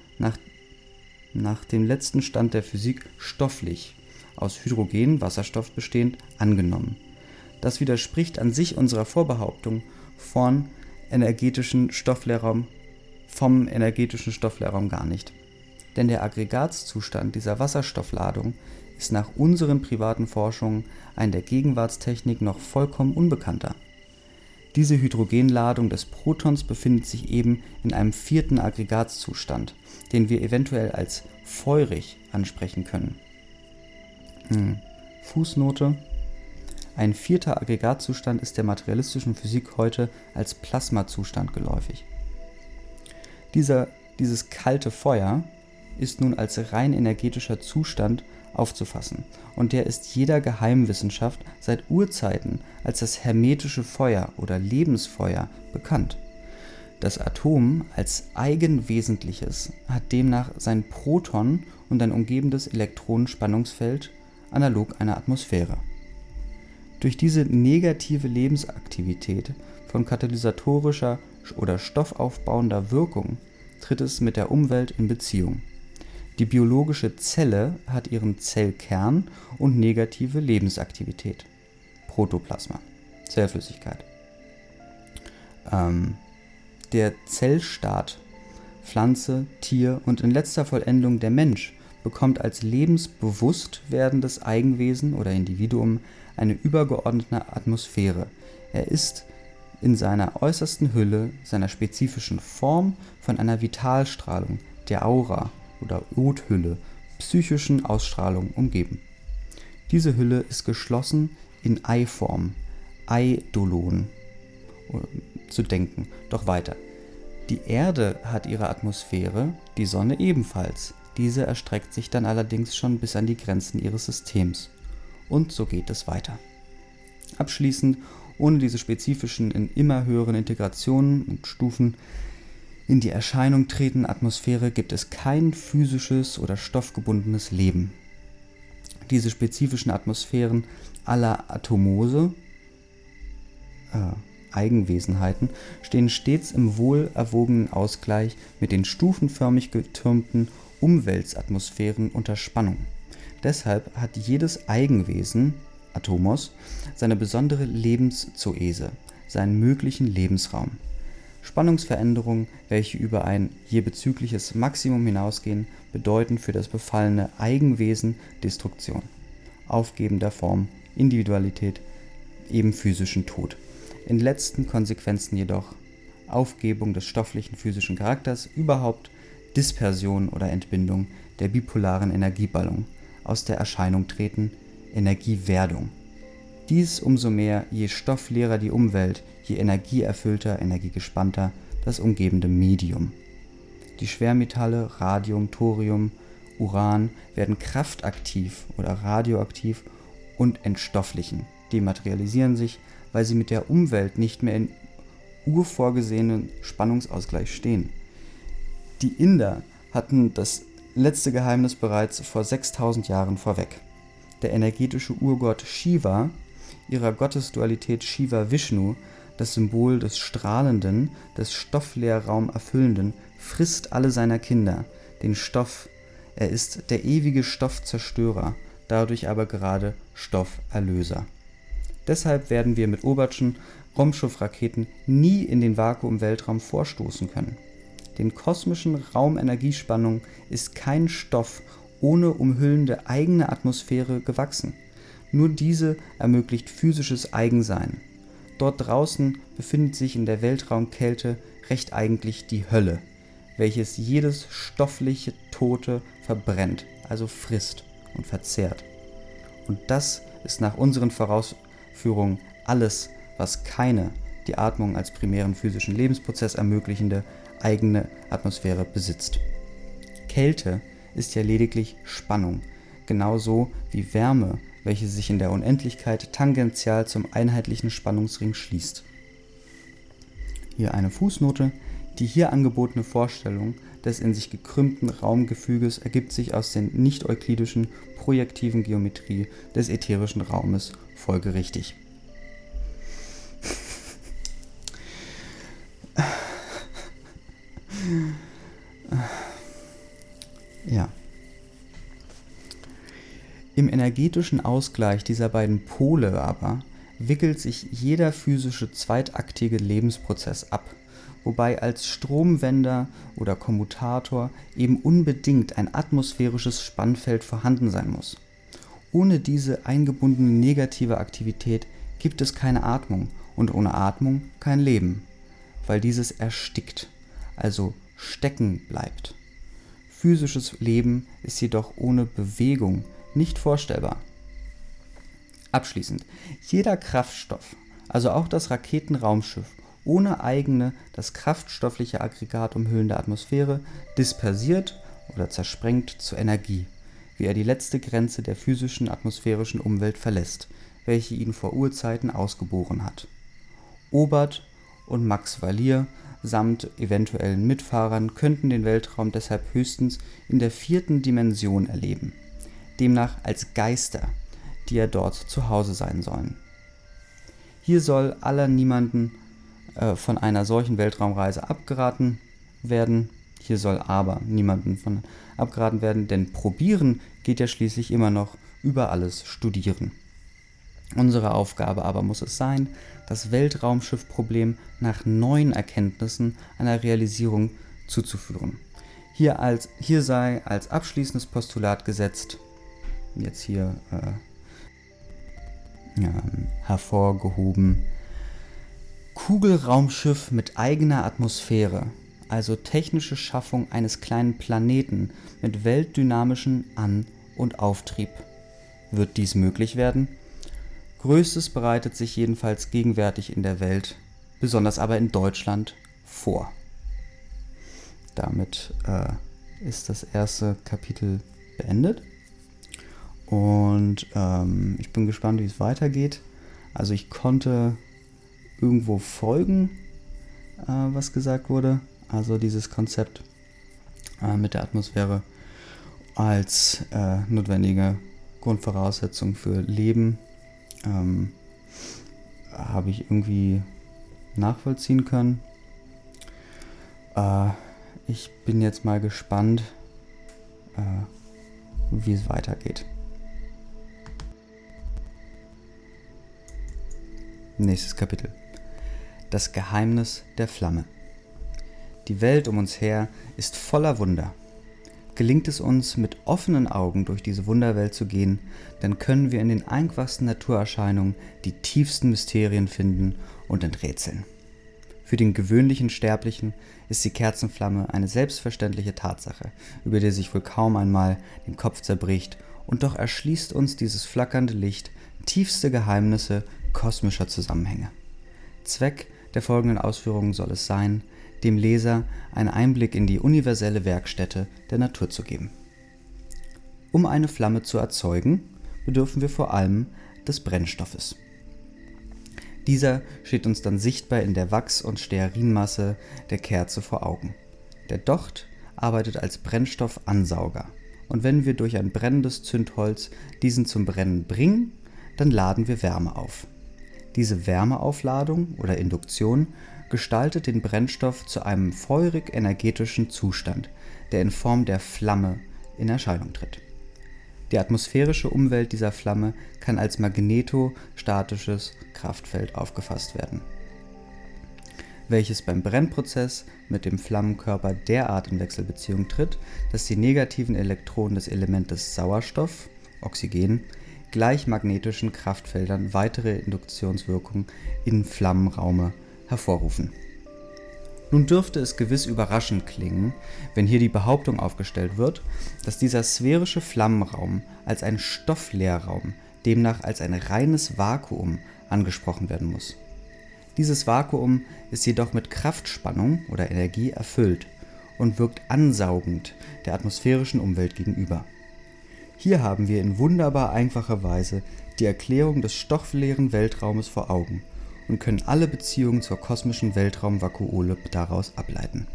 dem letzten Stand der Physik stofflich, aus Hydrogen, Wasserstoff bestehend, angenommen. Das widerspricht an sich unserer Vorbehauptung vom energetischen Stoffleerraum gar nicht. Denn der Aggregatzustand dieser Wasserstoffladung ist nach unseren privaten Forschungen ein der Gegenwartstechnik noch vollkommen unbekannter. Diese Hydrogenladung des Protons befindet sich eben in einem vierten Aggregatzustand, den wir eventuell als feurig ansprechen können. Fußnote: Ein vierter Aggregatzustand ist der materialistischen Physik heute als Plasmazustand geläufig. Dieses kalte Feuer ist nun als rein energetischer Zustand aufzufassen und der ist jeder Geheimwissenschaft seit Urzeiten als das hermetische Feuer oder Lebensfeuer bekannt. Das Atom als Eigenwesentliches hat demnach sein Proton und ein umgebendes Elektronenspannungsfeld analog einer Atmosphäre. Durch diese negative Lebensaktivität von katalysatorischer oder stoffaufbauender Wirkung tritt es mit der Umwelt in Beziehung. Die biologische Zelle hat ihren Zellkern und negative Lebensaktivität. Protoplasma, Zellflüssigkeit. Der Zellstaat, Pflanze, Tier und in letzter Vollendung der Mensch bekommt als lebensbewusst werdendes Eigenwesen oder Individuum eine übergeordnete Atmosphäre. Er ist in seiner äußersten Hülle, seiner spezifischen Form von einer Vitalstrahlung, der Aura oder Othülle, psychischen Ausstrahlung umgeben. Diese Hülle ist geschlossen in Eiform, Eidolon zu denken. Doch weiter. Die Erde hat ihre Atmosphäre, die Sonne ebenfalls. Diese erstreckt sich dann allerdings schon bis an die Grenzen ihres Systems. Und so geht es weiter. Abschließend, ohne diese spezifischen in immer höheren Integrationen und Stufen in die Erscheinung tretende Atmosphäre gibt es kein physisches oder stoffgebundenes Leben. Diese spezifischen Atmosphären aller Atomose, Eigenwesenheiten, stehen stets im wohlerwogenen Ausgleich mit den stufenförmig getürmten Umweltatmosphären unter Spannung. Deshalb hat jedes Eigenwesen, Atomos, seine besondere Lebenszoese, seinen möglichen Lebensraum. Spannungsveränderungen, welche über ein je bezügliches Maximum hinausgehen, bedeuten für das befallene Eigenwesen Destruktion, Aufgeben der Form, Individualität, eben physischen Tod. In letzten Konsequenzen jedoch Aufgebung des stofflichen physischen Charakters, überhaupt Dispersion oder Entbindung der bipolaren Energieballung, aus der Erscheinung treten, Energiewerdung. Dies umso mehr, je stoffleerer die Umwelt, je energieerfüllter, energiegespannter das umgebende Medium. Die Schwermetalle Radium, Thorium, Uran werden kraftaktiv oder radioaktiv und entstofflichen, dematerialisieren sich, weil sie mit der Umwelt nicht mehr in urvorgesehenen Spannungsausgleich stehen. Die Inder hatten das letzte Geheimnis bereits vor 6000 Jahren vorweg. Der energetische Urgott Shiva, ihrer Gottesdualität Shiva-Vishnu, das Symbol des Strahlenden, des Stoffleerraum Erfüllenden, frisst alle seiner Kinder, den Stoff. Er ist der ewige Stoffzerstörer, dadurch aber gerade Stofferlöser. Deshalb werden wir mit Obertschen Raumschiffraketen nie in den Vakuum-Weltraum vorstoßen können. Den kosmischen Raumenergiespannungen ist kein Stoff ohne umhüllende eigene Atmosphäre gewachsen. Nur diese ermöglicht physisches Eigensein. Dort draußen befindet sich in der Weltraumkälte recht eigentlich die Hölle, welches jedes stoffliche Tote verbrennt, also frisst und verzehrt. Und das ist nach unseren Vorausführungen alles, was keine die Atmung als primären physischen Lebensprozess ermöglichende eigene Atmosphäre besitzt. Kälte ist ja lediglich Spannung, genauso wie Wärme, welche sich in der Unendlichkeit tangential zum einheitlichen Spannungsring schließt. Hier eine Fußnote. Die hier angebotene Vorstellung des in sich gekrümmten Raumgefüges ergibt sich aus der nicht-euklidischen projektiven Geometrie des ätherischen Raumes folgerichtig. Ja. Im energetischen Ausgleich dieser beiden Pole aber wickelt sich jeder physische zweitaktige Lebensprozess ab, wobei als Stromwender oder Kommutator eben unbedingt ein atmosphärisches Spannfeld vorhanden sein muss. Ohne diese eingebundene negative Aktivität gibt es keine Atmung und ohne Atmung kein Leben, weil dieses erstickt, also stecken bleibt. Physisches Leben ist jedoch ohne Bewegung nicht vorstellbar. Abschließend, jeder Kraftstoff, also auch das Raketenraumschiff, ohne eigene, das kraftstoffliche Aggregat umhüllende Atmosphäre, dispersiert oder zersprengt zu Energie, wie er die letzte Grenze der physischen atmosphärischen Umwelt verlässt, welche ihn vor Urzeiten ausgeboren hat. Obert und Max Valier samt eventuellen Mitfahrern könnten den Weltraum deshalb höchstens in der 4. Dimension erleben, demnach als Geister, die ja dort zu Hause sein sollen. Hier soll aller niemanden von einer solchen Weltraumreise abgeraten werden. Hier soll aber niemandem von abgeraten werden, denn probieren geht ja schließlich immer noch über alles studieren. Unsere Aufgabe aber muss es sein, das Weltraumschiffproblem nach neuen Erkenntnissen einer Realisierung zuzuführen. Hier sei als abschließendes Postulat gesetzt, jetzt hier hervorgehoben, Kugelraumschiff mit eigener Atmosphäre, also technische Schaffung eines kleinen Planeten mit weltdynamischem An- und Auftrieb. Wird dies möglich werden? Größtes bereitet sich jedenfalls gegenwärtig in der Welt, besonders aber in Deutschland, vor. Damit ist das erste Kapitel beendet und ich bin gespannt, wie es weitergeht. Also ich konnte irgendwo folgen, was gesagt wurde, also dieses Konzept mit der Atmosphäre als notwendige Grundvoraussetzung für Leben habe ich irgendwie nachvollziehen können. Ich bin jetzt mal gespannt, wie es weitergeht. Nächstes Kapitel. Das Geheimnis der Flamme. Die Welt um uns her ist voller Wunder. Gelingt es uns, mit offenen Augen durch diese Wunderwelt zu gehen, dann können wir in den einfachsten Naturerscheinungen die tiefsten Mysterien finden und enträtseln. Für den gewöhnlichen Sterblichen ist die Kerzenflamme eine selbstverständliche Tatsache, über die sich wohl kaum einmal den Kopf zerbricht, und doch erschließt uns dieses flackernde Licht tiefste Geheimnisse kosmischer Zusammenhänge. Zweck der folgenden Ausführungen soll es sein, dem Leser einen Einblick in die universelle Werkstätte der Natur zu geben. Um eine Flamme zu erzeugen, bedürfen wir vor allem des Brennstoffes. Dieser steht uns dann sichtbar in der Wachs- und Stearinmasse der Kerze vor Augen. Der Docht arbeitet als Brennstoffansauger, und wenn wir durch ein brennendes Zündholz diesen zum Brennen bringen, dann laden wir Wärme auf. Diese Wärmeaufladung oder Induktion gestaltet den Brennstoff zu einem feurig-energetischen Zustand, der in Form der Flamme in Erscheinung tritt. Die atmosphärische Umwelt dieser Flamme kann als magnetostatisches Kraftfeld aufgefasst werden, welches beim Brennprozess mit dem Flammenkörper derart in Wechselbeziehung tritt, dass die negativen Elektronen des Elementes Sauerstoff, Oxygen, gleich magnetischen Kraftfeldern weitere Induktionswirkungen im Flammenraume hervorrufen. Nun dürfte es gewiss überraschend klingen, wenn hier die Behauptung aufgestellt wird, dass dieser sphärische Flammenraum als ein Stoffleerraum, demnach als ein reines Vakuum angesprochen werden muss. Dieses Vakuum ist jedoch mit Kraftspannung oder Energie erfüllt und wirkt ansaugend der atmosphärischen Umwelt gegenüber. Hier haben wir in wunderbar einfacher Weise die Erklärung des stoffleeren Weltraumes vor Augen und können alle Beziehungen zur kosmischen Weltraumvakuole daraus ableiten.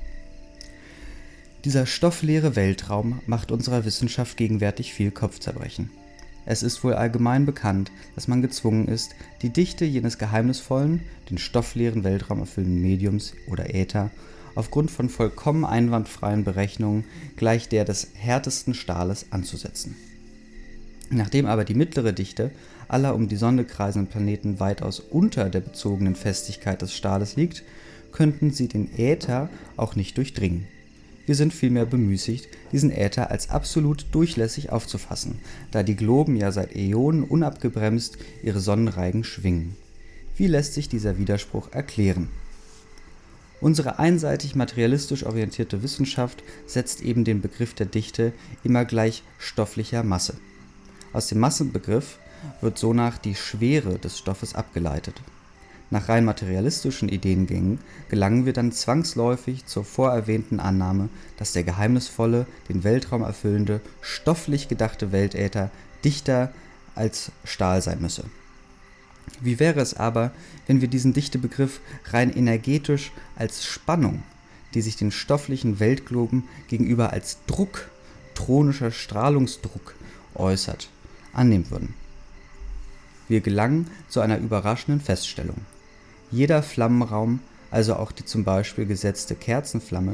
Dieser stoffleere Weltraum macht unserer Wissenschaft gegenwärtig viel Kopfzerbrechen. Es ist wohl allgemein bekannt, dass man gezwungen ist, die Dichte jenes geheimnisvollen, den stoffleeren Weltraum erfüllenden Mediums oder Äther aufgrund von vollkommen einwandfreien Berechnungen gleich der des härtesten Stahles anzusetzen. Nachdem aber die mittlere Dichte aller um die Sonne kreisenden Planeten weitaus unter der bezogenen Festigkeit des Stahles liegt, könnten sie den Äther auch nicht durchdringen. Wir sind vielmehr bemüßigt, diesen Äther als absolut durchlässig aufzufassen, da die Globen ja seit Äonen unabgebremst ihre Sonnenreigen schwingen. Wie lässt sich dieser Widerspruch erklären? Unsere einseitig materialistisch orientierte Wissenschaft setzt eben den Begriff der Dichte immer gleich stofflicher Masse. Aus dem Massenbegriff wird sonach die Schwere des Stoffes abgeleitet. Nach rein materialistischen Ideengängen gelangen wir dann zwangsläufig zur vorerwähnten Annahme, dass der geheimnisvolle, den Weltraum erfüllende, stofflich gedachte Weltäther dichter als Stahl sein müsse. Wie wäre es aber, wenn wir diesen Dichtebegriff rein energetisch als Spannung, die sich den stofflichen Weltgloben gegenüber als Druck, tronischer Strahlungsdruck äußert, annehmen würden? Wir gelangen zu einer überraschenden Feststellung. Jeder Flammenraum, also auch die zum Beispiel gesetzte Kerzenflamme,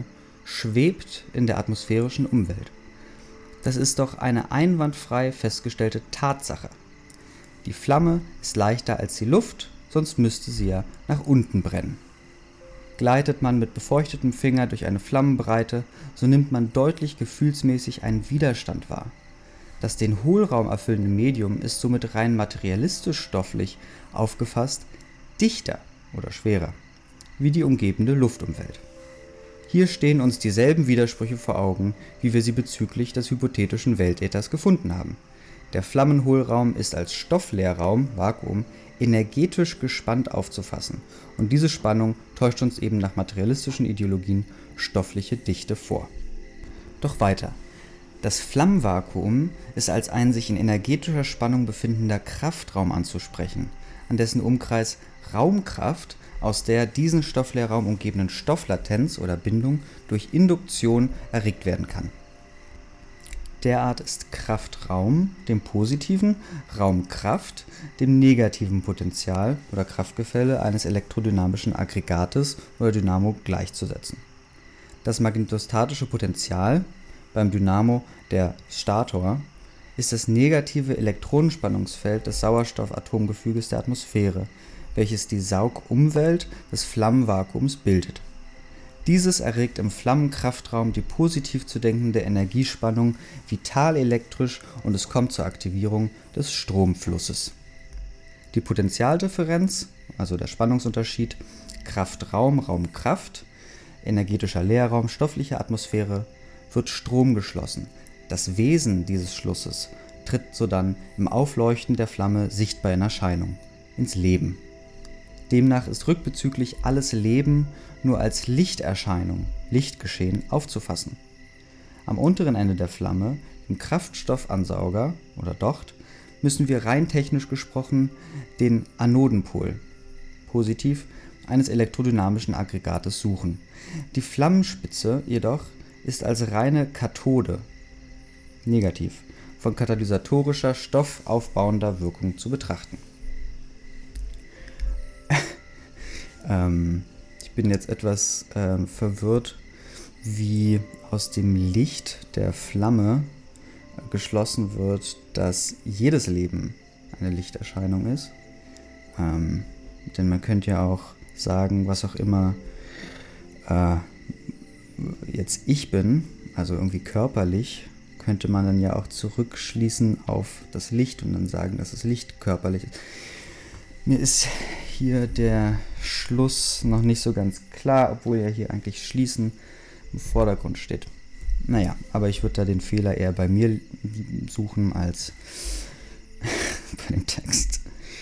schwebt in der atmosphärischen Umwelt. Das ist doch eine einwandfrei festgestellte Tatsache. Die Flamme ist leichter als die Luft, sonst müsste sie ja nach unten brennen. Gleitet man mit befeuchtetem Finger durch eine Flammenbreite, so nimmt man deutlich gefühlsmäßig einen Widerstand wahr. Das den Hohlraum erfüllende Medium ist somit rein materialistisch-stofflich aufgefasst dichter oder schwerer, wie die umgebende Luftumwelt. Hier stehen uns dieselben Widersprüche vor Augen, wie wir sie bezüglich des hypothetischen Weltäthers gefunden haben. Der Flammenhohlraum ist als Stoffleerraum, Vakuum, energetisch gespannt aufzufassen, und diese Spannung täuscht uns eben nach materialistischen Ideologien stoffliche Dichte vor. Doch weiter. Das Flammvakuum ist als ein sich in energetischer Spannung befindender Kraftraum anzusprechen, an dessen Umkreis Raumkraft aus der diesen Stoffleerraum umgebenden Stofflatenz oder Bindung durch Induktion erregt werden kann. Derart ist Kraftraum dem positiven, Raumkraft dem negativen Potential oder Kraftgefälle eines elektrodynamischen Aggregates oder Dynamo gleichzusetzen. Das magnetostatische Potential beim Dynamo, der Stator, ist das negative Elektronenspannungsfeld des Sauerstoffatomgefüges der Atmosphäre, welches die Saugumwelt des Flammenvakuums bildet. Dieses erregt im Flammenkraftraum die positiv zu denkende Energiespannung vital elektrisch und es kommt zur Aktivierung des Stromflusses. Die Potentialdifferenz, also der Spannungsunterschied Kraftraum, Raumkraft, energetischer Leerraum, stoffliche Atmosphäre, wird Strom geschlossen. Das Wesen dieses Schlusses tritt sodann im Aufleuchten der Flamme sichtbar in Erscheinung, ins Leben. Demnach ist rückbezüglich alles Leben nur als Lichterscheinung, Lichtgeschehen aufzufassen. Am unteren Ende der Flamme, im Kraftstoffansauger oder Docht, müssen wir rein technisch gesprochen den Anodenpol, positiv, eines elektrodynamischen Aggregates suchen. Die Flammenspitze jedoch ist als reine Kathode, negativ, von katalysatorischer, stoffaufbauender Wirkung zu betrachten. Ich bin jetzt etwas verwirrt, wie aus dem Licht der Flamme geschlossen wird, dass jedes Leben eine Lichterscheinung ist. Denn man könnte ja auch sagen, was auch immer jetzt ich bin, also irgendwie körperlich, könnte man dann ja auch zurückschließen auf das Licht und dann sagen, dass das Licht körperlich ist. Mir ist hier der Schluss noch nicht so ganz klar, obwohl ja hier eigentlich Schließen im Vordergrund steht. Naja, aber ich würde da den Fehler eher bei mir suchen als bei dem Text.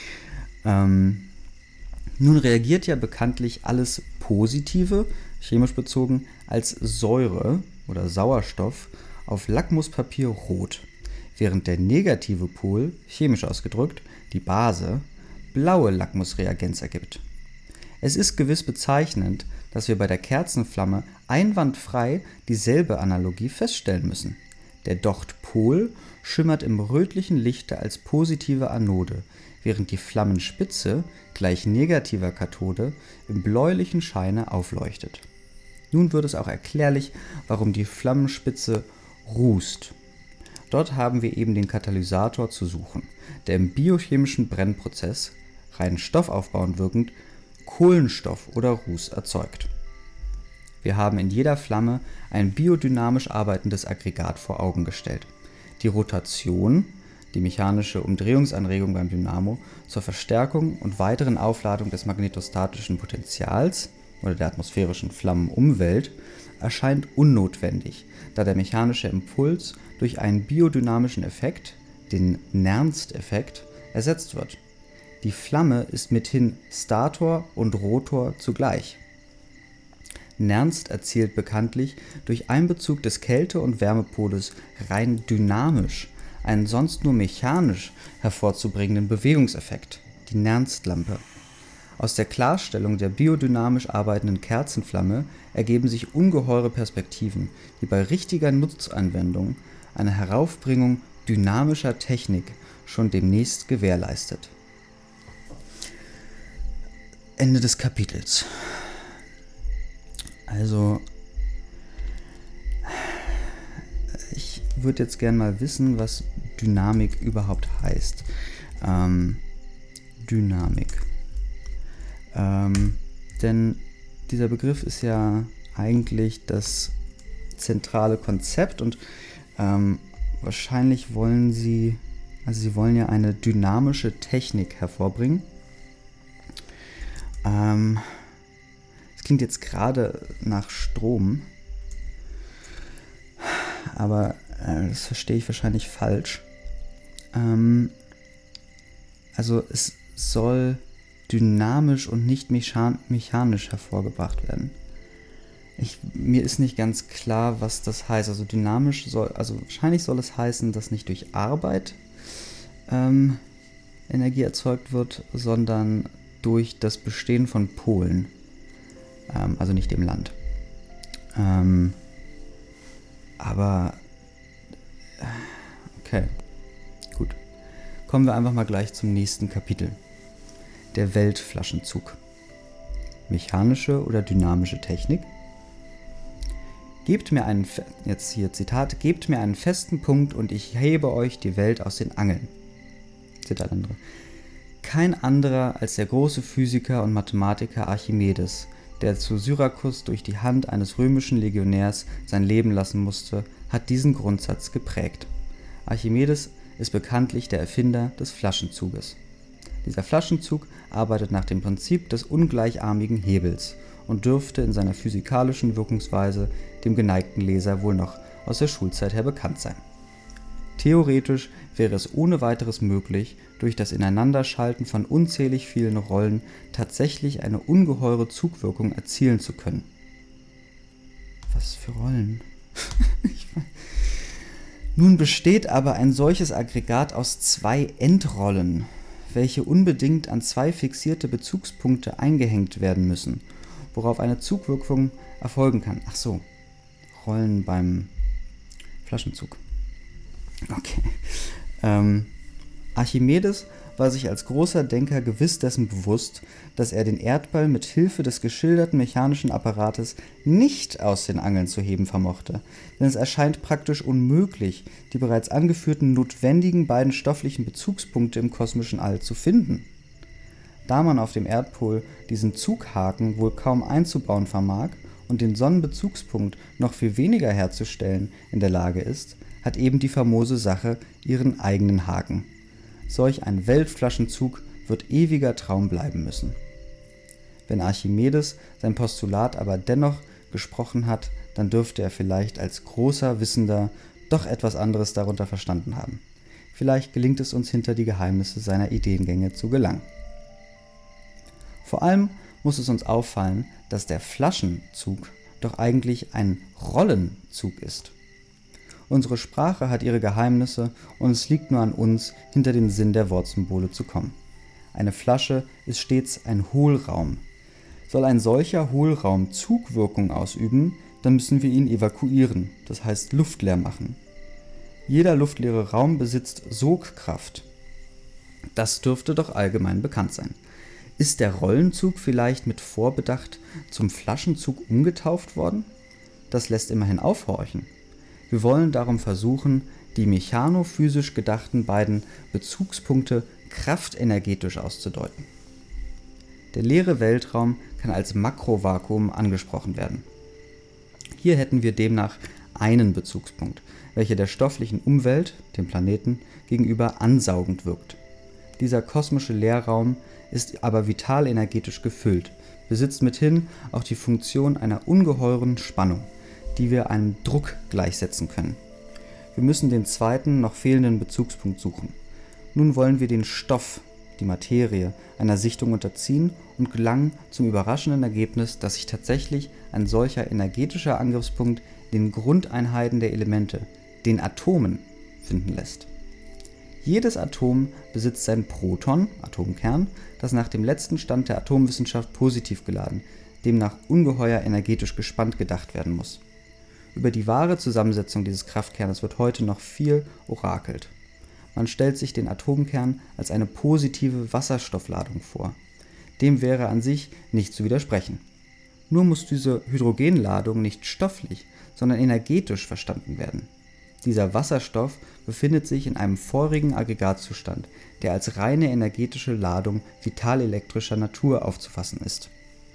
Nun reagiert ja bekanntlich alles Positive, chemisch bezogen, als Säure oder Sauerstoff auf Lackmuspapier rot, während der negative Pol, chemisch ausgedrückt, die Base, blaue Lackmusreagenz ergibt. Es ist gewiss bezeichnend, dass wir bei der Kerzenflamme einwandfrei dieselbe Analogie feststellen müssen. Der Dochtpol schimmert im rötlichen Lichte als positive Anode, während die Flammenspitze gleich negativer Kathode im bläulichen Scheine aufleuchtet. Nun wird es auch erklärlich, warum die Flammenspitze rußt. Dort haben wir eben den Katalysator zu suchen, der im biochemischen Brennprozess, rein stoffaufbauend wirkend, Kohlenstoff oder Ruß erzeugt. Wir haben in jeder Flamme ein biodynamisch arbeitendes Aggregat vor Augen gestellt. Die Rotation, die mechanische Umdrehungsanregung beim Dynamo, zur Verstärkung und weiteren Aufladung des magnetostatischen Potentials oder der atmosphärischen Flammenumwelt erscheint unnotwendig, da der mechanische Impuls durch einen biodynamischen Effekt, den Nernst-Effekt, ersetzt wird. Die Flamme ist mithin Stator und Rotor zugleich. Nernst erzielt bekanntlich durch Einbezug des Kälte- und Wärmepoles rein dynamisch einen sonst nur mechanisch hervorzubringenden Bewegungseffekt, die Nernst-Lampe. Aus der Klarstellung der biodynamisch arbeitenden Kerzenflamme ergeben sich ungeheure Perspektiven, die bei richtiger Nutzanwendung eine Heraufbringung dynamischer Technik schon demnächst gewährleistet. Ende des Kapitels. Also, würde jetzt gerne mal wissen, was Dynamik überhaupt heißt. Dynamik. Denn dieser Begriff ist ja eigentlich das zentrale Konzept und wahrscheinlich wollen sie wollen ja eine dynamische Technik hervorbringen. Es klingt jetzt gerade nach Strom, aber das verstehe ich wahrscheinlich falsch. Also es soll dynamisch und nicht mechanisch hervorgebracht werden. Mir ist nicht ganz klar, was das heißt. Also dynamisch wahrscheinlich soll es heißen, dass nicht durch Arbeit Energie erzeugt wird, sondern durch das Bestehen von Polen. Also nicht dem Land. Aber okay, gut. Kommen wir einfach mal gleich zum nächsten Kapitel. Der Weltflaschenzug. Mechanische oder dynamische Technik? Gebt mir einen festen Punkt und ich hebe euch die Welt aus den Angeln. Zitat andere. Kein anderer als der große Physiker und Mathematiker Archimedes, der zu Syrakus durch die Hand eines römischen Legionärs sein Leben lassen musste, hat diesen Grundsatz geprägt. Archimedes ist bekanntlich der Erfinder des Flaschenzuges. Dieser Flaschenzug arbeitet nach dem Prinzip des ungleicharmigen Hebels und dürfte in seiner physikalischen Wirkungsweise dem geneigten Leser wohl noch aus der Schulzeit her bekannt sein. Theoretisch wäre es ohne weiteres möglich, durch das Ineinanderschalten von unzählig vielen Rollen tatsächlich eine ungeheure Zugwirkung erzielen zu können. Was für Rollen? Nun besteht aber ein solches Aggregat aus 2 Endrollen, welche unbedingt an 2 fixierte Bezugspunkte eingehängt werden müssen, worauf eine Zugwirkung erfolgen kann. Ach so, Rollen beim Flaschenzug. Okay. Archimedes war sich als großer Denker gewiss dessen bewusst, dass er den Erdball mit Hilfe des geschilderten mechanischen Apparates nicht aus den Angeln zu heben vermochte, denn es erscheint praktisch unmöglich, die bereits angeführten notwendigen beiden stofflichen Bezugspunkte im kosmischen All zu finden. Da man auf dem Erdpol diesen Zughaken wohl kaum einzubauen vermag und den Sonnenbezugspunkt noch viel weniger herzustellen in der Lage ist, hat eben die famose Sache ihren eigenen Haken. Solch ein Weltflaschenzug wird ewiger Traum bleiben müssen. Wenn Archimedes sein Postulat aber dennoch gesprochen hat, dann dürfte er vielleicht als großer Wissender doch etwas anderes darunter verstanden haben. Vielleicht gelingt es uns, hinter die Geheimnisse seiner Ideengänge zu gelangen. Vor allem muss es uns auffallen, dass der Flaschenzug doch eigentlich ein Rollenzug ist. Unsere Sprache hat ihre Geheimnisse und es liegt nur an uns, hinter den Sinn der Wortsymbole zu kommen. Eine Flasche ist stets ein Hohlraum. Soll ein solcher Hohlraum Zugwirkung ausüben, dann müssen wir ihn evakuieren, das heißt luftleer machen. Jeder luftleere Raum besitzt Sogkraft. Das dürfte doch allgemein bekannt sein. Ist der Rollenzug vielleicht mit Vorbedacht zum Flaschenzug umgetauft worden? Das lässt immerhin aufhorchen. Wir wollen darum versuchen, die mechanophysisch gedachten beiden Bezugspunkte kraftenergetisch auszudeuten. Der leere Weltraum kann als Makrovakuum angesprochen werden. Hier hätten wir demnach einen Bezugspunkt, welcher der stofflichen Umwelt, dem Planeten, gegenüber ansaugend wirkt. Dieser kosmische Leerraum ist aber vitalenergetisch gefüllt, besitzt mithin auch die Funktion einer ungeheuren Spannung, die wir einem Druck gleichsetzen können. Wir müssen den zweiten, noch fehlenden Bezugspunkt suchen. Nun wollen wir den Stoff, die Materie, einer Sichtung unterziehen und gelangen zum überraschenden Ergebnis, dass sich tatsächlich ein solcher energetischer Angriffspunkt in den Grundeinheiten der Elemente, den Atomen, finden lässt. Jedes Atom besitzt sein Proton, Atomkern, das nach dem letzten Stand der Atomwissenschaft positiv geladen, demnach ungeheuer energetisch gespannt gedacht werden muss. Über die wahre Zusammensetzung dieses Kraftkernes wird heute noch viel orakelt. Man stellt sich den Atomkern als eine positive Wasserstoffladung vor. Dem wäre an sich nicht zu widersprechen. Nur muss diese Hydrogenladung nicht stofflich, sondern energetisch verstanden werden. Dieser Wasserstoff befindet sich in einem vorigen Aggregatzustand, der als reine energetische Ladung vitalelektrischer Natur aufzufassen ist.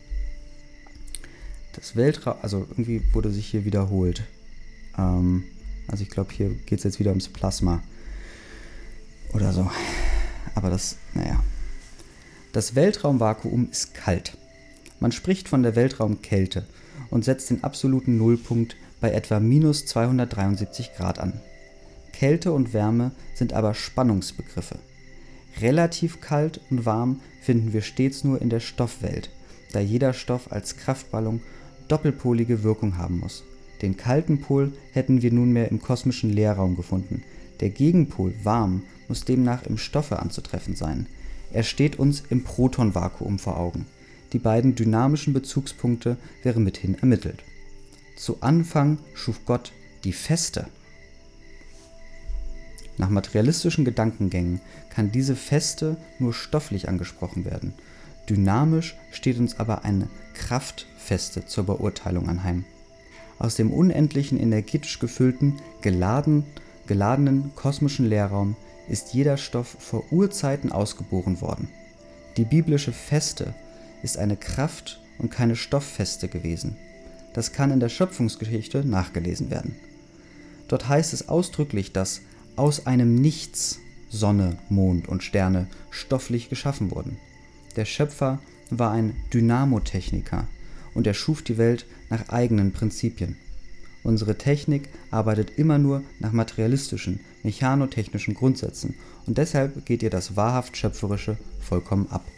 Das Weltraum, also irgendwie wurde sich hier wiederholt. Also ich glaube, hier geht es jetzt wieder ums Plasma oder so. Aber das Weltraumvakuum ist kalt. Man spricht von der Weltraumkälte und setzt den absoluten Nullpunkt bei etwa minus 273 Grad an. Kälte und Wärme sind aber Spannungsbegriffe. Relativ kalt und warm finden wir stets nur in der Stoffwelt, da jeder Stoff als Kraftballon doppelpolige Wirkung haben muss. Den kalten Pol hätten wir nunmehr im kosmischen Leerraum gefunden. Der Gegenpol, warm, muss demnach im Stoffe anzutreffen sein. Er steht uns im Protonvakuum vor Augen. Die beiden dynamischen Bezugspunkte wären mithin ermittelt. Zu Anfang schuf Gott die Feste. Nach materialistischen Gedankengängen kann diese Feste nur stofflich angesprochen werden. Dynamisch steht uns aber eine Kraftfeste zur Beurteilung anheim. Aus dem unendlichen, energetisch gefüllten, geladenen kosmischen Leerraum ist jeder Stoff vor Urzeiten ausgeboren worden. Die biblische Feste ist eine Kraft- und keine Stofffeste gewesen. Das kann in der Schöpfungsgeschichte nachgelesen werden. Dort heißt es ausdrücklich, dass aus einem Nichts Sonne, Mond und Sterne stofflich geschaffen wurden. Der Schöpfer war ein Dynamotechniker und er schuf die Welt nach eigenen Prinzipien. Unsere Technik arbeitet immer nur nach materialistischen, mechanotechnischen Grundsätzen und deshalb geht ihr das wahrhaft Schöpferische vollkommen ab.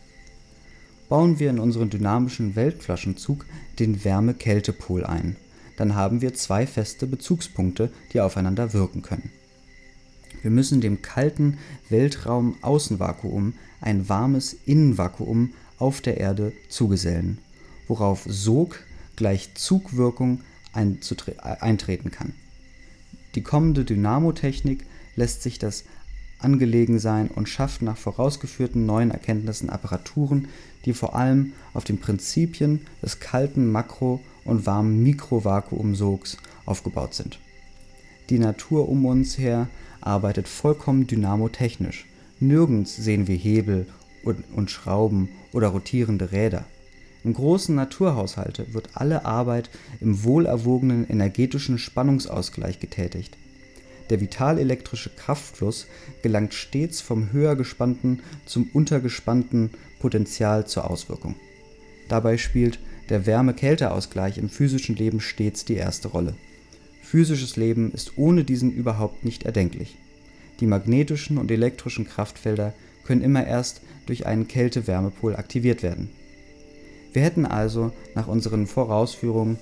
Bauen wir in unseren dynamischen Weltflaschenzug den Wärme-Kälte-Pol ein, dann haben wir zwei feste Bezugspunkte, die aufeinander wirken können. Wir müssen dem kalten Weltraum-Außenvakuum ein warmes Innenvakuum auf der Erde zugesellen, worauf Sog gleich Zugwirkung eintreten kann. Die kommende Dynamotechnik lässt sich das angelegen sein und schafft nach vorausgeführten neuen Erkenntnissen Apparaturen, die vor allem auf den Prinzipien des kalten Makro- und warmen Mikrovakuumsogs aufgebaut sind. Die Natur um uns her arbeitet vollkommen dynamotechnisch. Nirgends sehen wir Hebel und Schrauben oder rotierende Räder. Im großen Naturhaushalte wird alle Arbeit im wohlerwogenen energetischen Spannungsausgleich getätigt. Der vitalelektrische Kraftfluss gelangt stets vom höher gespannten zum untergespannten Potential zur Auswirkung. Dabei spielt der Wärme-Kälte-Ausgleich im physischen Leben stets die erste Rolle. Physisches Leben ist ohne diesen überhaupt nicht erdenklich. Die magnetischen und elektrischen Kraftfelder können immer erst durch einen Kälte-Wärmepol aktiviert werden. Wir hätten also nach unseren Vorausführungen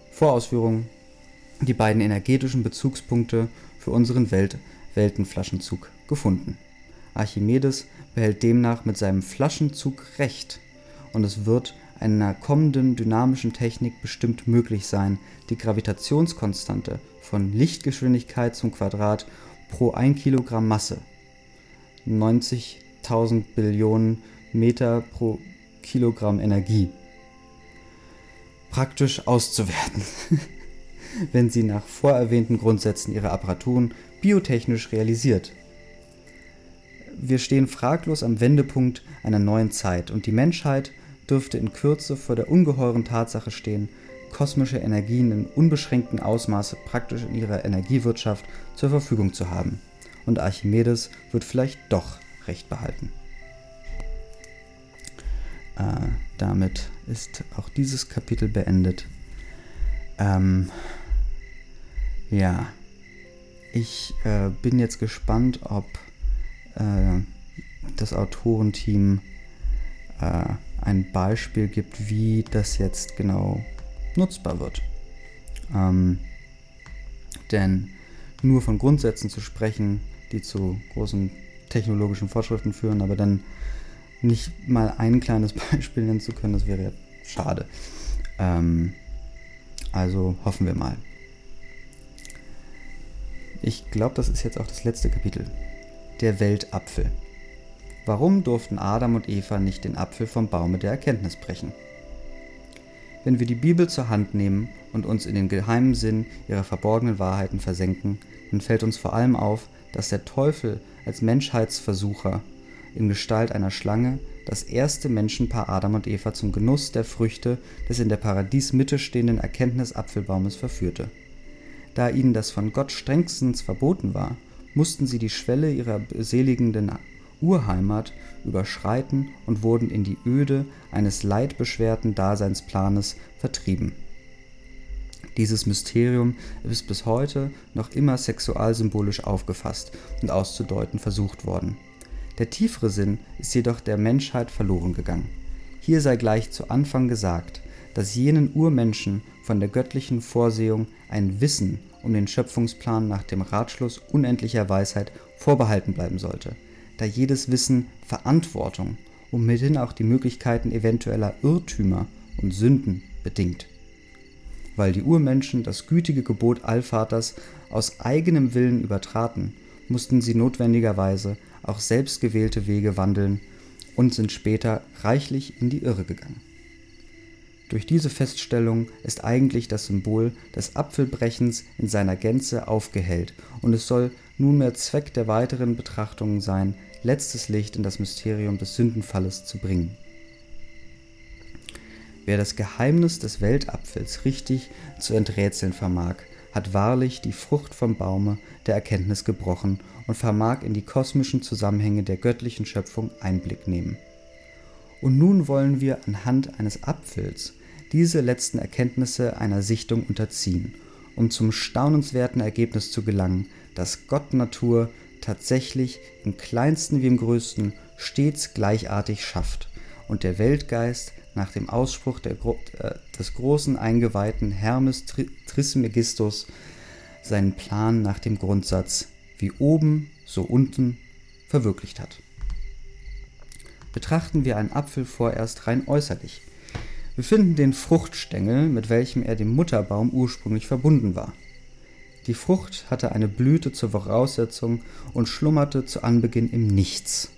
die beiden energetischen Bezugspunkte für unseren Weltenflaschenzug gefunden. Archimedes behält demnach mit seinem Flaschenzug recht und es wird einer kommenden dynamischen Technik bestimmt möglich sein, die Gravitationskonstante von Lichtgeschwindigkeit zum Quadrat pro 1 Kilogramm Masse, 90.000 Billionen Meter pro Kilogramm Energie, praktisch auszuwerten, wenn sie nach vorerwähnten Grundsätzen ihre Apparaturen biotechnisch realisiert. Wir stehen fraglos am Wendepunkt einer neuen Zeit und die Menschheit dürfte in Kürze vor der ungeheuren Tatsache stehen, kosmische Energien in unbeschränktem Ausmaße praktisch in ihrer Energiewirtschaft zur Verfügung zu haben. Und Archimedes wird vielleicht doch recht behalten. Damit ist auch dieses Kapitel beendet. Ich bin jetzt gespannt, ob das Autorenteam ein Beispiel gibt, wie das jetzt genau nutzbar wird. Denn nur von Grundsätzen zu sprechen, die zu großen technologischen Fortschritten führen, aber dann nicht mal ein kleines Beispiel nennen zu können, das wäre ja schade. Also hoffen wir mal. Ich glaube, das ist jetzt auch das letzte Kapitel. Der Weltapfel. Warum durften Adam und Eva nicht den Apfel vom Baume der Erkenntnis brechen? Wenn wir die Bibel zur Hand nehmen und uns in den geheimen Sinn ihrer verborgenen Wahrheiten versenken, dann fällt uns vor allem auf, dass der Teufel als Menschheitsversucher in Gestalt einer Schlange das erste Menschenpaar Adam und Eva zum Genuss der Früchte des in der Paradiesmitte stehenden Erkenntnisapfelbaumes verführte. Da ihnen das von Gott strengstens verboten war, mussten sie die Schwelle ihrer beseligenden Urheimat überschreiten und wurden in die Öde eines leidbeschwerten Daseinsplanes vertrieben. Dieses Mysterium ist bis heute noch immer sexualsymbolisch aufgefasst und auszudeuten versucht worden. Der tiefere Sinn ist jedoch der Menschheit verloren gegangen. Hier sei gleich zu Anfang gesagt, dass jenen Urmenschen von der göttlichen Vorsehung ein Wissen um den Schöpfungsplan nach dem Ratschluss unendlicher Weisheit vorbehalten bleiben sollte, da jedes Wissen Verantwortung und mithin auch die Möglichkeiten eventueller Irrtümer und Sünden bedingt. Weil die Urmenschen das gütige Gebot Allvaters aus eigenem Willen übertraten, mussten sie notwendigerweise auch selbstgewählte Wege wandeln und sind später reichlich in die Irre gegangen. Durch diese Feststellung ist eigentlich das Symbol des Apfelbrechens in seiner Gänze aufgehellt und es soll nunmehr Zweck der weiteren Betrachtungen sein, letztes Licht in das Mysterium des Sündenfalles zu bringen. Wer das Geheimnis des Weltapfels richtig zu enträtseln vermag, hat wahrlich die Frucht vom Baume der Erkenntnis gebrochen und vermag in die kosmischen Zusammenhänge der göttlichen Schöpfung Einblick nehmen. Und nun wollen wir anhand eines Apfels diese letzten Erkenntnisse einer Sichtung unterziehen, um zum staunenswerten Ergebnis zu gelangen, dass Gott Natur tatsächlich im Kleinsten wie im Größten stets gleichartig schafft und der Weltgeist nach dem Ausspruch des großen Eingeweihten Hermes Trismegistus seinen Plan nach dem Grundsatz wie oben, so unten verwirklicht hat. Betrachten wir einen Apfel vorerst rein äußerlich. Wir finden den Fruchtstängel, mit welchem er dem Mutterbaum ursprünglich verbunden war. Die Frucht hatte eine Blüte zur Voraussetzung und schlummerte zu Anbeginn im Nichts.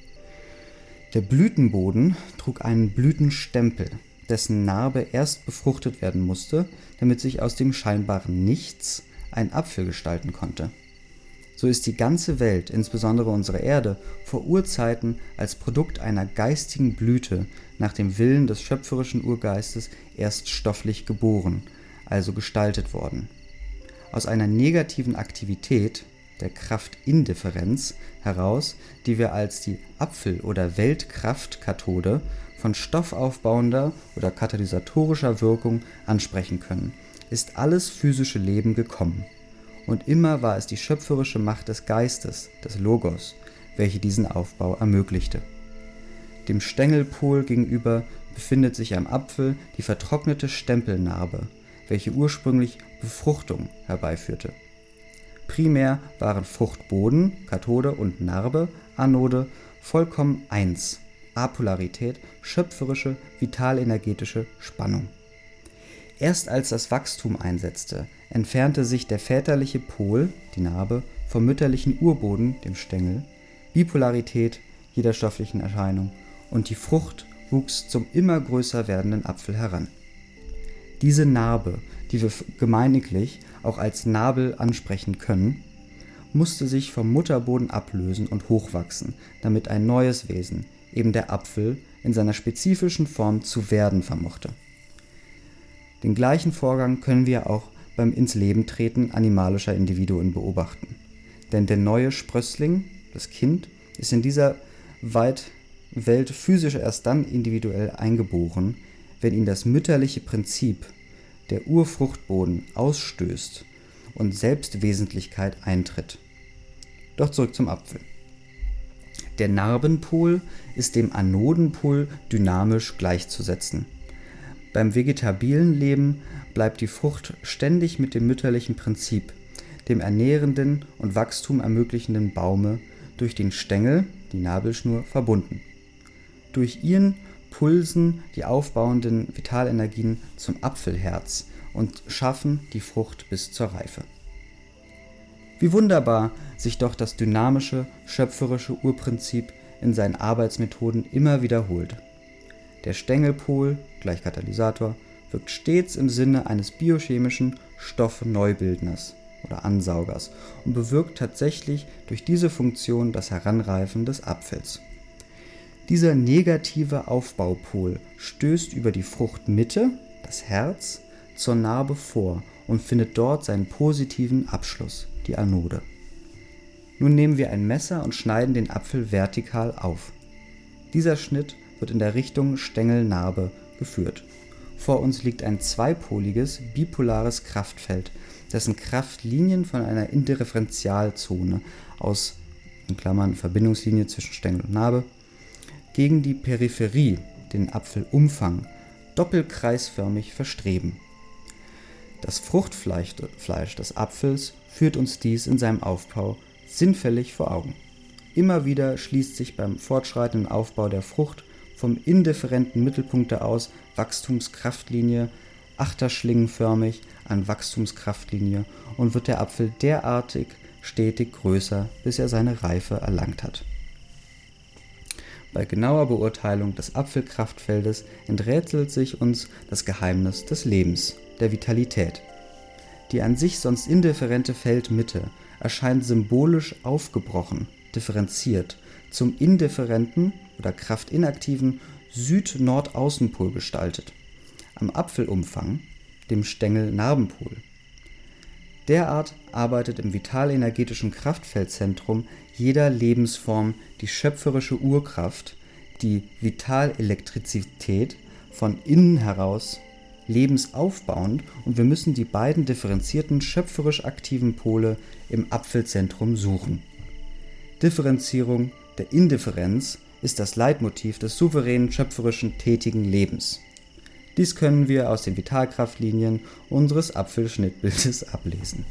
Der Blütenboden trug einen Blütenstempel, dessen Narbe erst befruchtet werden musste, damit sich aus dem scheinbaren Nichts ein Apfel gestalten konnte. So ist die ganze Welt, insbesondere unsere Erde, vor Urzeiten als Produkt einer geistigen Blüte nach dem Willen des schöpferischen Urgeistes erst stofflich geboren, also gestaltet worden. Aus einer negativen Aktivität, der Kraftindifferenz, heraus, die wir als die Apfel- oder Weltkraftkathode von stoffaufbauender oder katalysatorischer Wirkung ansprechen können, ist alles physische Leben gekommen. Und immer war es die schöpferische Macht des Geistes, des Logos, welche diesen Aufbau ermöglichte. Dem Stängelpol gegenüber befindet sich am Apfel die vertrocknete Stempelnarbe, welche ursprünglich Befruchtung herbeiführte. Primär waren Fruchtboden, Kathode und Narbe, Anode, vollkommen eins, Apolarität, schöpferische, vitalenergetische Spannung. Erst als das Wachstum einsetzte, entfernte sich der väterliche Pol, die Narbe, vom mütterlichen Urboden, dem Stängel, Bipolarität jeder stofflichen Erscheinung, und die Frucht wuchs zum immer größer werdenden Apfel heran. Diese Narbe, die wir gemeiniglich auch als Nabel ansprechen können, musste sich vom Mutterboden ablösen und hochwachsen, damit ein neues Wesen, eben der Apfel, in seiner spezifischen Form zu werden vermochte. Den gleichen Vorgang können wir auch beim ins Leben treten animalischer Individuen beobachten. Denn der neue Sprössling, das Kind, ist in dieser Welt physisch erst dann individuell eingeboren, wenn ihn das mütterliche Prinzip, der Urfruchtboden, ausstößt und Selbstwesentlichkeit eintritt. Doch zurück zum Apfel. Der Narbenpol ist dem Anodenpol dynamisch gleichzusetzen. Beim vegetabilen Leben bleibt die Frucht ständig mit dem mütterlichen Prinzip, dem ernährenden und Wachstum ermöglichenden Baume, durch den Stängel, die Nabelschnur, verbunden. Durch ihn pulsen die aufbauenden Vitalenergien zum Apfelherz und schaffen die Frucht bis zur Reife. Wie wunderbar sich doch das dynamische, schöpferische Urprinzip in seinen Arbeitsmethoden immer wiederholt. Der Stängelpol, gleich Katalysator, wirkt stets im Sinne eines biochemischen Stoffneubildners oder Ansaugers und bewirkt tatsächlich durch diese Funktion das Heranreifen des Apfels. Dieser negative Aufbaupol stößt über die Fruchtmitte, das Herz, zur Narbe vor und findet dort seinen positiven Abschluss, die Anode. Nun nehmen wir ein Messer und schneiden den Apfel vertikal auf. Dieser Schnitt wird in der Richtung Stängelnarbe geführt. Vor uns liegt ein zweipoliges, bipolares Kraftfeld, dessen Kraftlinien von einer Indifferentialzone aus, in Klammern Verbindungslinie zwischen Stängel und Narbe, gegen die Peripherie, den Apfelumfang, doppelkreisförmig verstreben. Das Fruchtfleisch des Apfels führt uns dies in seinem Aufbau sinnfällig vor Augen. Immer wieder schließt sich beim fortschreitenden Aufbau der Frucht vom indifferenten Mittelpunkt aus Wachstumskraftlinie achterschlingenförmig an Wachstumskraftlinie und wird der Apfel derartig stetig größer, bis er seine Reife erlangt hat. Bei genauer Beurteilung des Apfelkraftfeldes enträtselt sich uns das Geheimnis des Lebens, der Vitalität. Die an sich sonst indifferente Feldmitte erscheint symbolisch aufgebrochen, differenziert, zum indifferenten oder kraftinaktiven Süd-Nord-Außenpol gestaltet, am Apfelumfang, dem Stängel-Narbenpol. Derart arbeitet im vitalenergetischen Kraftfeldzentrum jeder Lebensform die schöpferische Urkraft, die Vitalelektrizität von innen heraus lebensaufbauend, und wir müssen die beiden differenzierten schöpferisch aktiven Pole im Apfelzentrum suchen. Differenzierung der Indifferenz ist das Leitmotiv des souveränen schöpferischen tätigen Lebens. Dies können wir aus den Vitalkraftlinien unseres Apfelschnittbildes ablesen.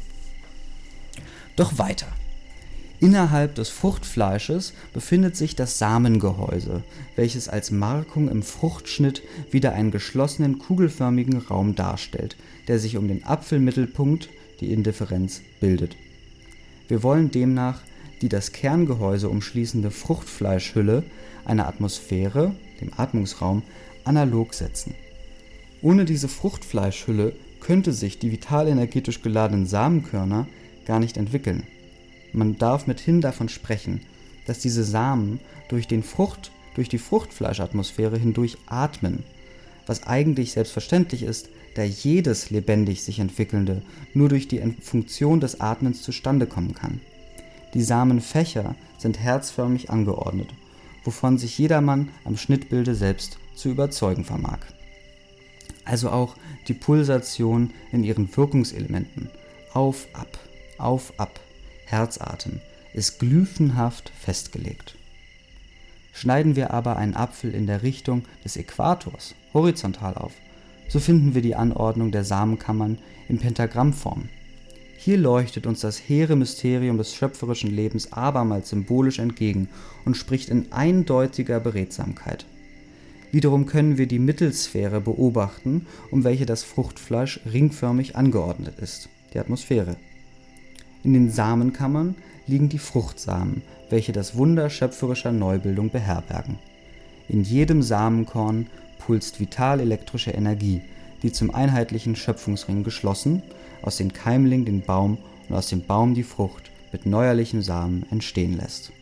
Doch weiter. Innerhalb des Fruchtfleisches befindet sich das Samengehäuse, welches als Markung im Fruchtschnitt wieder einen geschlossenen kugelförmigen Raum darstellt, der sich um den Apfelmittelpunkt, die Indifferenz, bildet. Wir wollen demnach die das Kerngehäuse umschließende Fruchtfleischhülle einer Atmosphäre, dem Atmungsraum, analog setzen. Ohne diese Fruchtfleischhülle könnte sich die vitalenergetisch geladenen Samenkörner gar nicht entwickeln. Man darf mithin davon sprechen, dass diese Samen durch die Fruchtfleischatmosphäre hindurch atmen, was eigentlich selbstverständlich ist, da jedes lebendig sich entwickelnde nur durch die Funktion des Atmens zustande kommen kann. Die Samenfächer sind herzförmig angeordnet, wovon sich jedermann am Schnittbilde selbst zu überzeugen vermag. Also auch die Pulsation in ihren Wirkungselementen, auf, ab, Herzatem, ist glyphenhaft festgelegt. Schneiden wir aber einen Apfel in der Richtung des Äquators, horizontal auf, so finden wir die Anordnung der Samenkammern in Pentagrammform. Hier leuchtet uns das hehre Mysterium des schöpferischen Lebens abermals symbolisch entgegen und spricht in eindeutiger Beredsamkeit. Wiederum können wir die Mittelsphäre beobachten, um welche das Fruchtfleisch ringförmig angeordnet ist, die Atmosphäre. In den Samenkammern liegen die Fruchtsamen, welche das Wunder schöpferischer Neubildung beherbergen. In jedem Samenkorn pulst vitalelektrische Energie, die zum einheitlichen Schöpfungsring geschlossen, aus den Keimling den Baum und aus dem Baum die Frucht mit neuerlichem Samen entstehen lässt.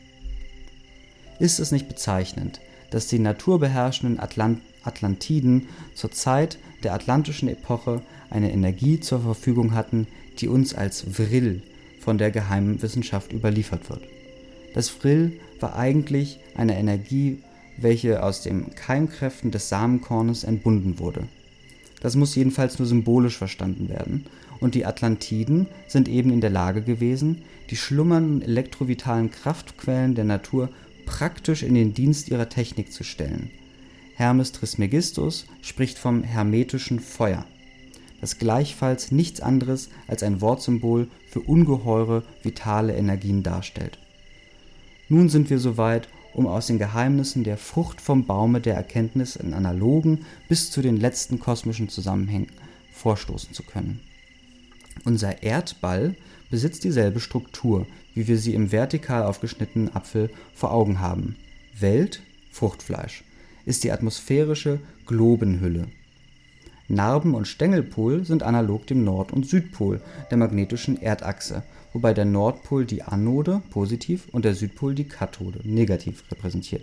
Ist es nicht bezeichnend, dass die naturbeherrschenden Atlantiden zur Zeit der atlantischen Epoche eine Energie zur Verfügung hatten, die uns als Vril von der geheimen Wissenschaft überliefert wird. Das Vril war eigentlich eine Energie, welche aus den Keimkräften des Samenkornes entbunden wurde. Das muss jedenfalls nur symbolisch verstanden werden, und die Atlantiden sind eben in der Lage gewesen, die schlummernden elektrovitalen Kraftquellen der Natur praktisch in den Dienst ihrer Technik zu stellen. Hermes Trismegistus spricht vom hermetischen Feuer, das gleichfalls nichts anderes als ein Wortsymbol für ungeheure vitale Energien darstellt. Nun sind wir soweit, um aus den Geheimnissen der Frucht vom Baume der Erkenntnis in analogen bis zu den letzten kosmischen Zusammenhängen vorstoßen zu können. Unser Erdball besitzt dieselbe Struktur, wie wir sie im vertikal aufgeschnittenen Apfel vor Augen haben. Welt, Fruchtfleisch, ist die atmosphärische Globenhülle. Narben- und Stängelpol sind analog dem Nord- und Südpol der magnetischen Erdachse, wobei der Nordpol die Anode positiv und der Südpol die Kathode negativ repräsentiert.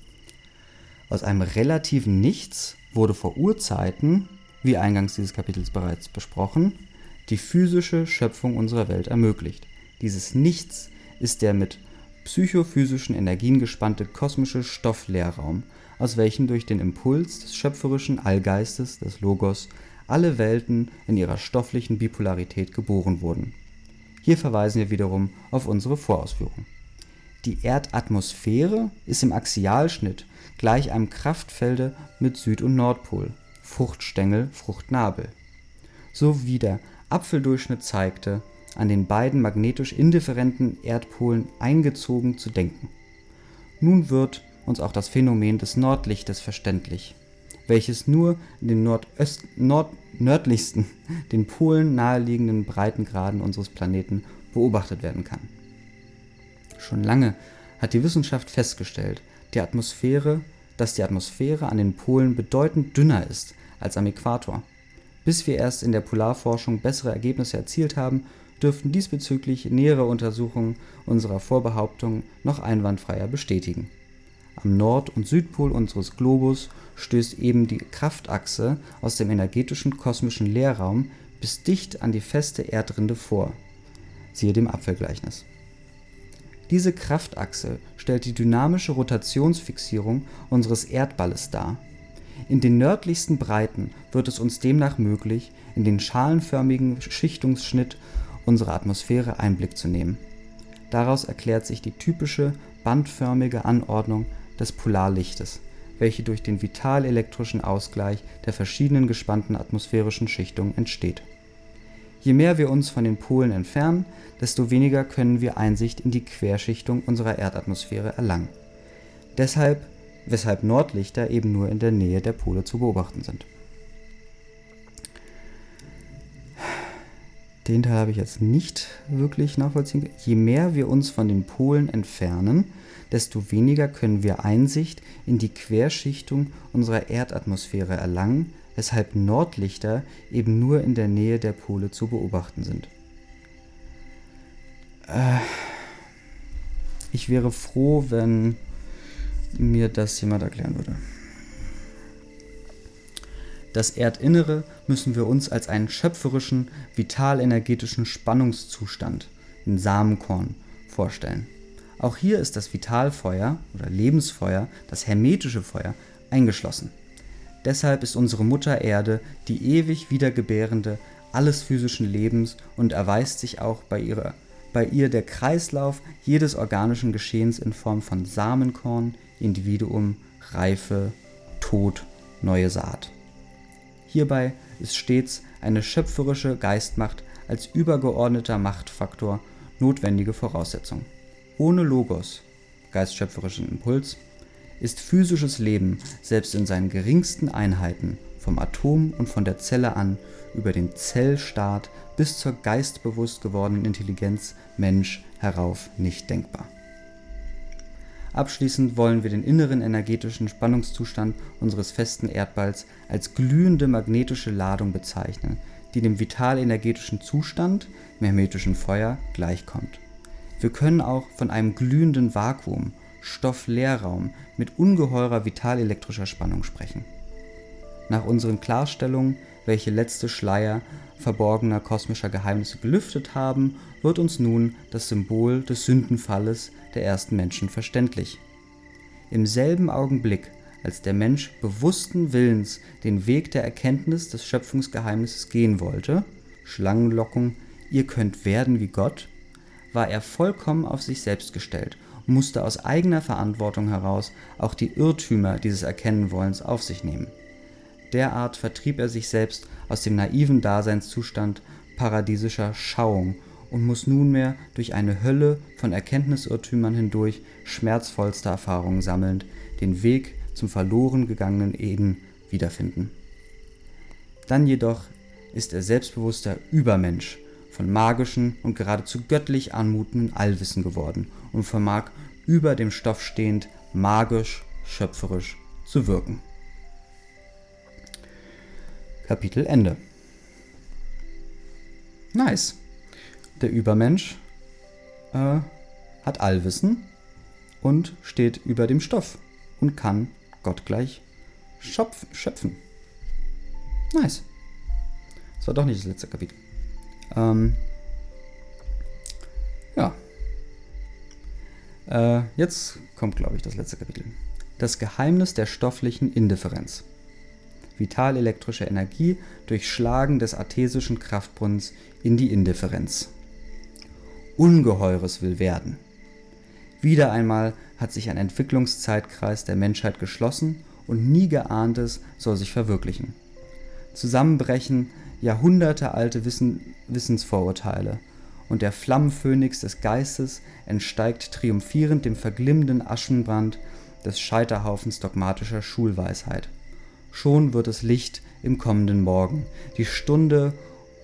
Aus einem relativen Nichts wurde vor Urzeiten, wie eingangs dieses Kapitels bereits besprochen, die physische Schöpfung unserer Welt ermöglicht. Dieses Nichts ist der mit psychophysischen Energien gespannte kosmische Stoffleerraum, aus welchem durch den Impuls des schöpferischen Allgeistes, des Logos, alle Welten in ihrer stofflichen Bipolarität geboren wurden. Hier verweisen wir wiederum auf unsere Vorausführung. Die Erdatmosphäre ist im Axialschnitt gleich einem Kraftfelde mit Süd- und Nordpol, Fruchtstängel, Fruchtnabel. So wie der Apfeldurchschnitt zeigte, an den beiden magnetisch indifferenten Erdpolen eingezogen zu denken. Nun wird uns auch das Phänomen des Nordlichtes verständlich, welches nur in den nördlichsten, den Polen naheliegenden Breitengraden unseres Planeten beobachtet werden kann. Schon lange hat die Wissenschaft festgestellt, dass die Atmosphäre an den Polen bedeutend dünner ist als am Äquator. Bis wir erst in der Polarforschung bessere Ergebnisse erzielt haben, dürften diesbezüglich nähere Untersuchungen unserer Vorbehauptung noch einwandfreier bestätigen. Am Nord- und Südpol unseres Globus stößt eben die Kraftachse aus dem energetischen kosmischen Leerraum bis dicht an die feste Erdrinde vor. Siehe dem Apfelgleichnis. Diese Kraftachse stellt die dynamische Rotationsfixierung unseres Erdballes dar. In den nördlichsten Breiten wird es uns demnach möglich, in den schalenförmigen Schichtungsschnitt unserer Atmosphäre Einblick zu nehmen. Daraus erklärt sich die typische bandförmige Anordnung des Polarlichtes, welche durch den vitalelektrischen Ausgleich der verschiedenen gespannten atmosphärischen Schichtungen entsteht. Je mehr wir uns von den Polen entfernen, desto weniger können wir Einsicht in die Querschichtung unserer Erdatmosphäre erlangen. Weshalb Nordlichter eben nur in der Nähe der Pole zu beobachten sind. Den Teil habe ich jetzt nicht wirklich nachvollziehen können. Je mehr wir uns von den Polen entfernen, desto weniger können wir Einsicht in die Querschichtung unserer Erdatmosphäre erlangen, weshalb Nordlichter eben nur in der Nähe der Pole zu beobachten sind. Ich wäre froh, wenn mir das jemand erklären würde. Das Erdinnere müssen wir uns als einen schöpferischen, vitalenergetischen Spannungszustand, den Samenkorn, vorstellen. Auch hier ist das Vitalfeuer oder Lebensfeuer, das hermetische Feuer, eingeschlossen. Deshalb ist unsere Mutter Erde die ewig wiedergebärende alles physischen Lebens und erweist sich auch bei ihr der Kreislauf jedes organischen Geschehens in Form von Samenkorn, Individuum, Reife, Tod, neue Saat. Hierbei ist stets eine schöpferische Geistmacht als übergeordneter Machtfaktor notwendige Voraussetzung. Ohne Logos, geistschöpferischen Impuls, ist physisches Leben selbst in seinen geringsten Einheiten, vom Atom und von der Zelle an, über den Zellstaat bis zur geistbewusst gewordenen Intelligenz Mensch herauf nicht denkbar. Abschließend wollen wir den inneren energetischen Spannungszustand unseres festen Erdballs als glühende magnetische Ladung bezeichnen, die dem vitalenergetischen Zustand, im hermetischen Feuer, gleichkommt. Wir können auch von einem glühenden Vakuum, Stoffleerraum mit ungeheurer vitalelektrischer Spannung sprechen. Nach unseren Klarstellungen, welche letzte Schleier verborgener kosmischer Geheimnisse gelüftet haben, wird uns nun das Symbol des Sündenfalles der ersten Menschen verständlich. Im selben Augenblick, als der Mensch bewussten Willens den Weg der Erkenntnis des Schöpfungsgeheimnisses gehen wollte, Schlangenlockung, ihr könnt werden wie Gott, war er vollkommen auf sich selbst gestellt und musste aus eigener Verantwortung heraus auch die Irrtümer dieses Erkennenwollens auf sich nehmen. Derart vertrieb er sich selbst aus dem naiven Daseinszustand paradiesischer Schauung und muss nunmehr durch eine Hölle von Erkenntnisirrtümern hindurch schmerzvollste Erfahrungen sammelnd den Weg zum verloren gegangenen Eden wiederfinden. Dann jedoch ist er selbstbewusster Übermensch, von magischem und geradezu göttlich anmutendem Allwissen geworden und vermag über dem Stoff stehend magisch, schöpferisch zu wirken. Kapitel Ende. Nice. Der Übermensch hat Allwissen und steht über dem Stoff und kann gottgleich schöpfen. Nice. Das war doch nicht das letzte Kapitel. Jetzt kommt, glaube ich, das letzte Kapitel. Das Geheimnis der stofflichen Indifferenz. Vitalelektrische Energie durch Schlagen des artesischen Kraftbrunnens in die Indifferenz. Ungeheures will werden. Wieder einmal hat sich ein Entwicklungszeitkreis der Menschheit geschlossen und nie Geahntes soll sich verwirklichen. Zusammenbrechen jahrhundertealte Wissensvorurteile und der Flammenphönix des Geistes entsteigt triumphierend dem verglimmenden Aschenbrand des Scheiterhaufens dogmatischer Schulweisheit. Schon wird es Licht im kommenden Morgen. Die Stunde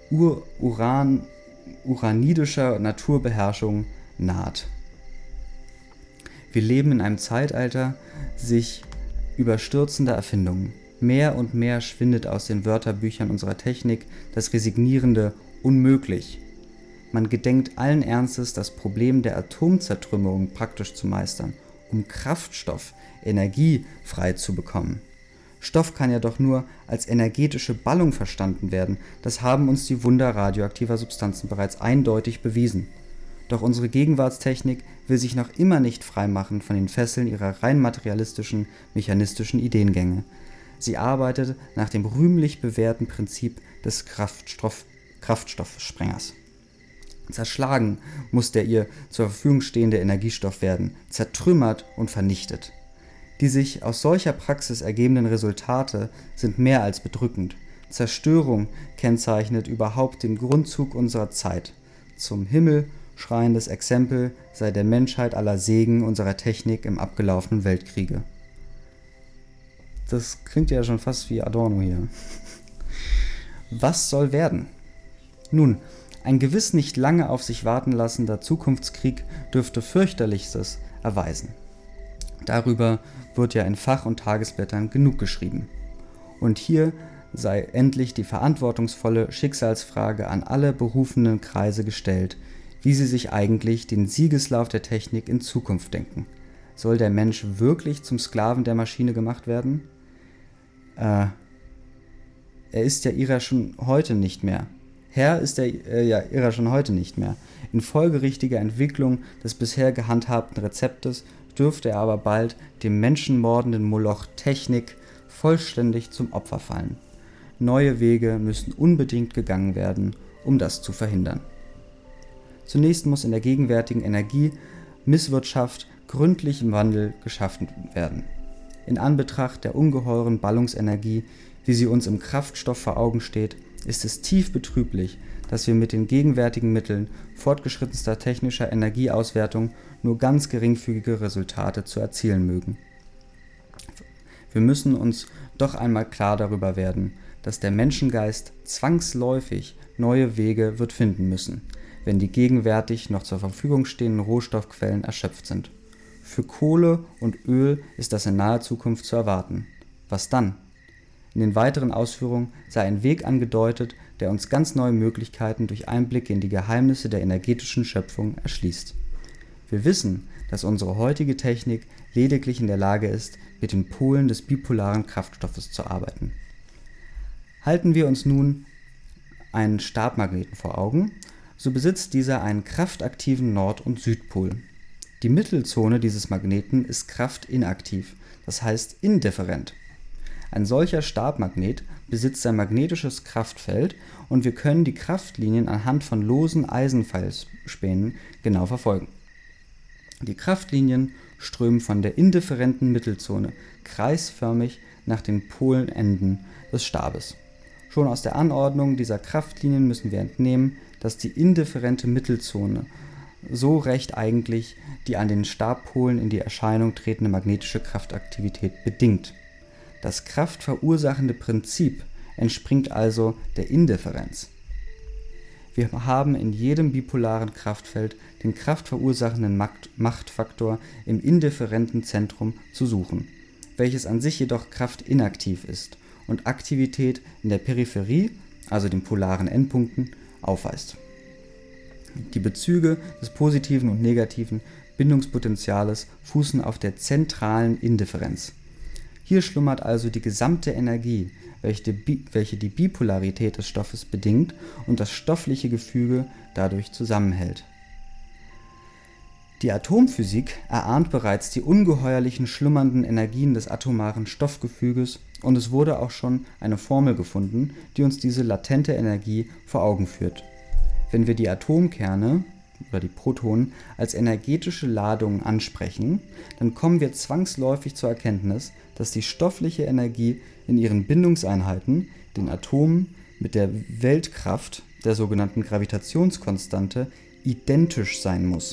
uranidischer Naturbeherrschung naht. Wir leben in einem Zeitalter sich überstürzender Erfindungen. Mehr und mehr schwindet aus den Wörterbüchern unserer Technik das resignierende Unmöglich. Man gedenkt allen Ernstes, das Problem der Atomzertrümmerung praktisch zu meistern, um Kraftstoff, Energie frei zu bekommen. Stoff kann ja doch nur als energetische Ballung verstanden werden, das haben uns die Wunder radioaktiver Substanzen bereits eindeutig bewiesen. Doch unsere Gegenwartstechnik will sich noch immer nicht freimachen von den Fesseln ihrer rein materialistischen, mechanistischen Ideengänge. Sie arbeitet nach dem rühmlich bewährten Prinzip des Kraftstoffsprengers. Zerschlagen muss der ihr zur Verfügung stehende Energiestoff werden, zertrümmert und vernichtet. Die sich aus solcher Praxis ergebenden Resultate sind mehr als bedrückend. Zerstörung kennzeichnet überhaupt den Grundzug unserer Zeit. Zum Himmel schreiendes Exempel sei der Menschheit aller Segen unserer Technik im abgelaufenen Weltkriege. Das klingt ja schon fast wie Adorno hier. Was soll werden? Nun, ein gewiss nicht lange auf sich warten lassender Zukunftskrieg dürfte fürchterlichstes erweisen. Darüber wird ja in Fach- und Tagesblättern genug geschrieben. Und hier sei endlich die verantwortungsvolle Schicksalsfrage an alle berufenen Kreise gestellt, wie sie sich eigentlich den Siegeslauf der Technik in Zukunft denken. Soll der Mensch wirklich zum Sklaven der Maschine gemacht werden? Er ist ja ihrer schon heute nicht mehr. Herr ist er ihrer schon heute nicht mehr. In folgerichtiger Entwicklung des bisher gehandhabten Rezeptes dürfte er aber bald dem menschenmordenden Moloch Technik vollständig zum Opfer fallen. Neue Wege müssen unbedingt gegangen werden, um das zu verhindern. Zunächst muss in der gegenwärtigen Energiemisswirtschaft gründlich im Wandel geschaffen werden. In Anbetracht der ungeheuren Ballungsenergie, wie sie uns im Kraftstoff vor Augen steht, ist es tief betrüblich, dass wir mit den gegenwärtigen Mitteln fortgeschrittenster technischer Energieauswertung nur ganz geringfügige Resultate zu erzielen mögen. Wir müssen uns doch einmal klar darüber werden, dass der Menschengeist zwangsläufig neue Wege wird finden müssen, wenn die gegenwärtig noch zur Verfügung stehenden Rohstoffquellen erschöpft sind. Für Kohle und Öl ist das in naher Zukunft zu erwarten. Was dann? In den weiteren Ausführungen sei ein Weg angedeutet, der uns ganz neue Möglichkeiten durch Einblicke in die Geheimnisse der energetischen Schöpfung erschließt. Wir wissen, dass unsere heutige Technik lediglich in der Lage ist, mit den Polen des bipolaren Kraftstoffes zu arbeiten. Halten wir uns nun einen Stabmagneten vor Augen, so besitzt dieser einen kraftaktiven Nord- und Südpol. Die Mittelzone dieses Magneten ist kraftinaktiv, das heißt indifferent. Ein solcher Stabmagnet besitzt ein magnetisches Kraftfeld und wir können die Kraftlinien anhand von losen Eisenpfeilspänen genau verfolgen. Die Kraftlinien strömen von der indifferenten Mittelzone kreisförmig nach den Polenenden des Stabes. Schon aus der Anordnung dieser Kraftlinien müssen wir entnehmen, dass die indifferente Mittelzone so recht eigentlich die an den Stabpolen in die Erscheinung tretende magnetische Kraftaktivität bedingt. Das kraftverursachende Prinzip entspringt also der Indifferenz. Wir haben in jedem bipolaren Kraftfeld den kraftverursachenden Machtfaktor im indifferenten Zentrum zu suchen, welches an sich jedoch kraftinaktiv ist und Aktivität in der Peripherie, also den polaren Endpunkten, aufweist. Die Bezüge des positiven und negativen Bindungspotentiales fußen auf der zentralen Indifferenz. Hier schlummert also die gesamte Energie, welche die Bipolarität des Stoffes bedingt und das stoffliche Gefüge dadurch zusammenhält. Die Atomphysik erahnt bereits die ungeheuerlichen schlummernden Energien des atomaren Stoffgefüges und es wurde auch schon eine Formel gefunden, die uns diese latente Energie vor Augen führt. Wenn wir die Atomkerne oder die Protonen als energetische Ladungen ansprechen, dann kommen wir zwangsläufig zur Erkenntnis, dass die stoffliche Energie in ihren Bindungseinheiten, den Atomen, mit der Weltkraft, der sogenannten Gravitationskonstante, identisch sein muss.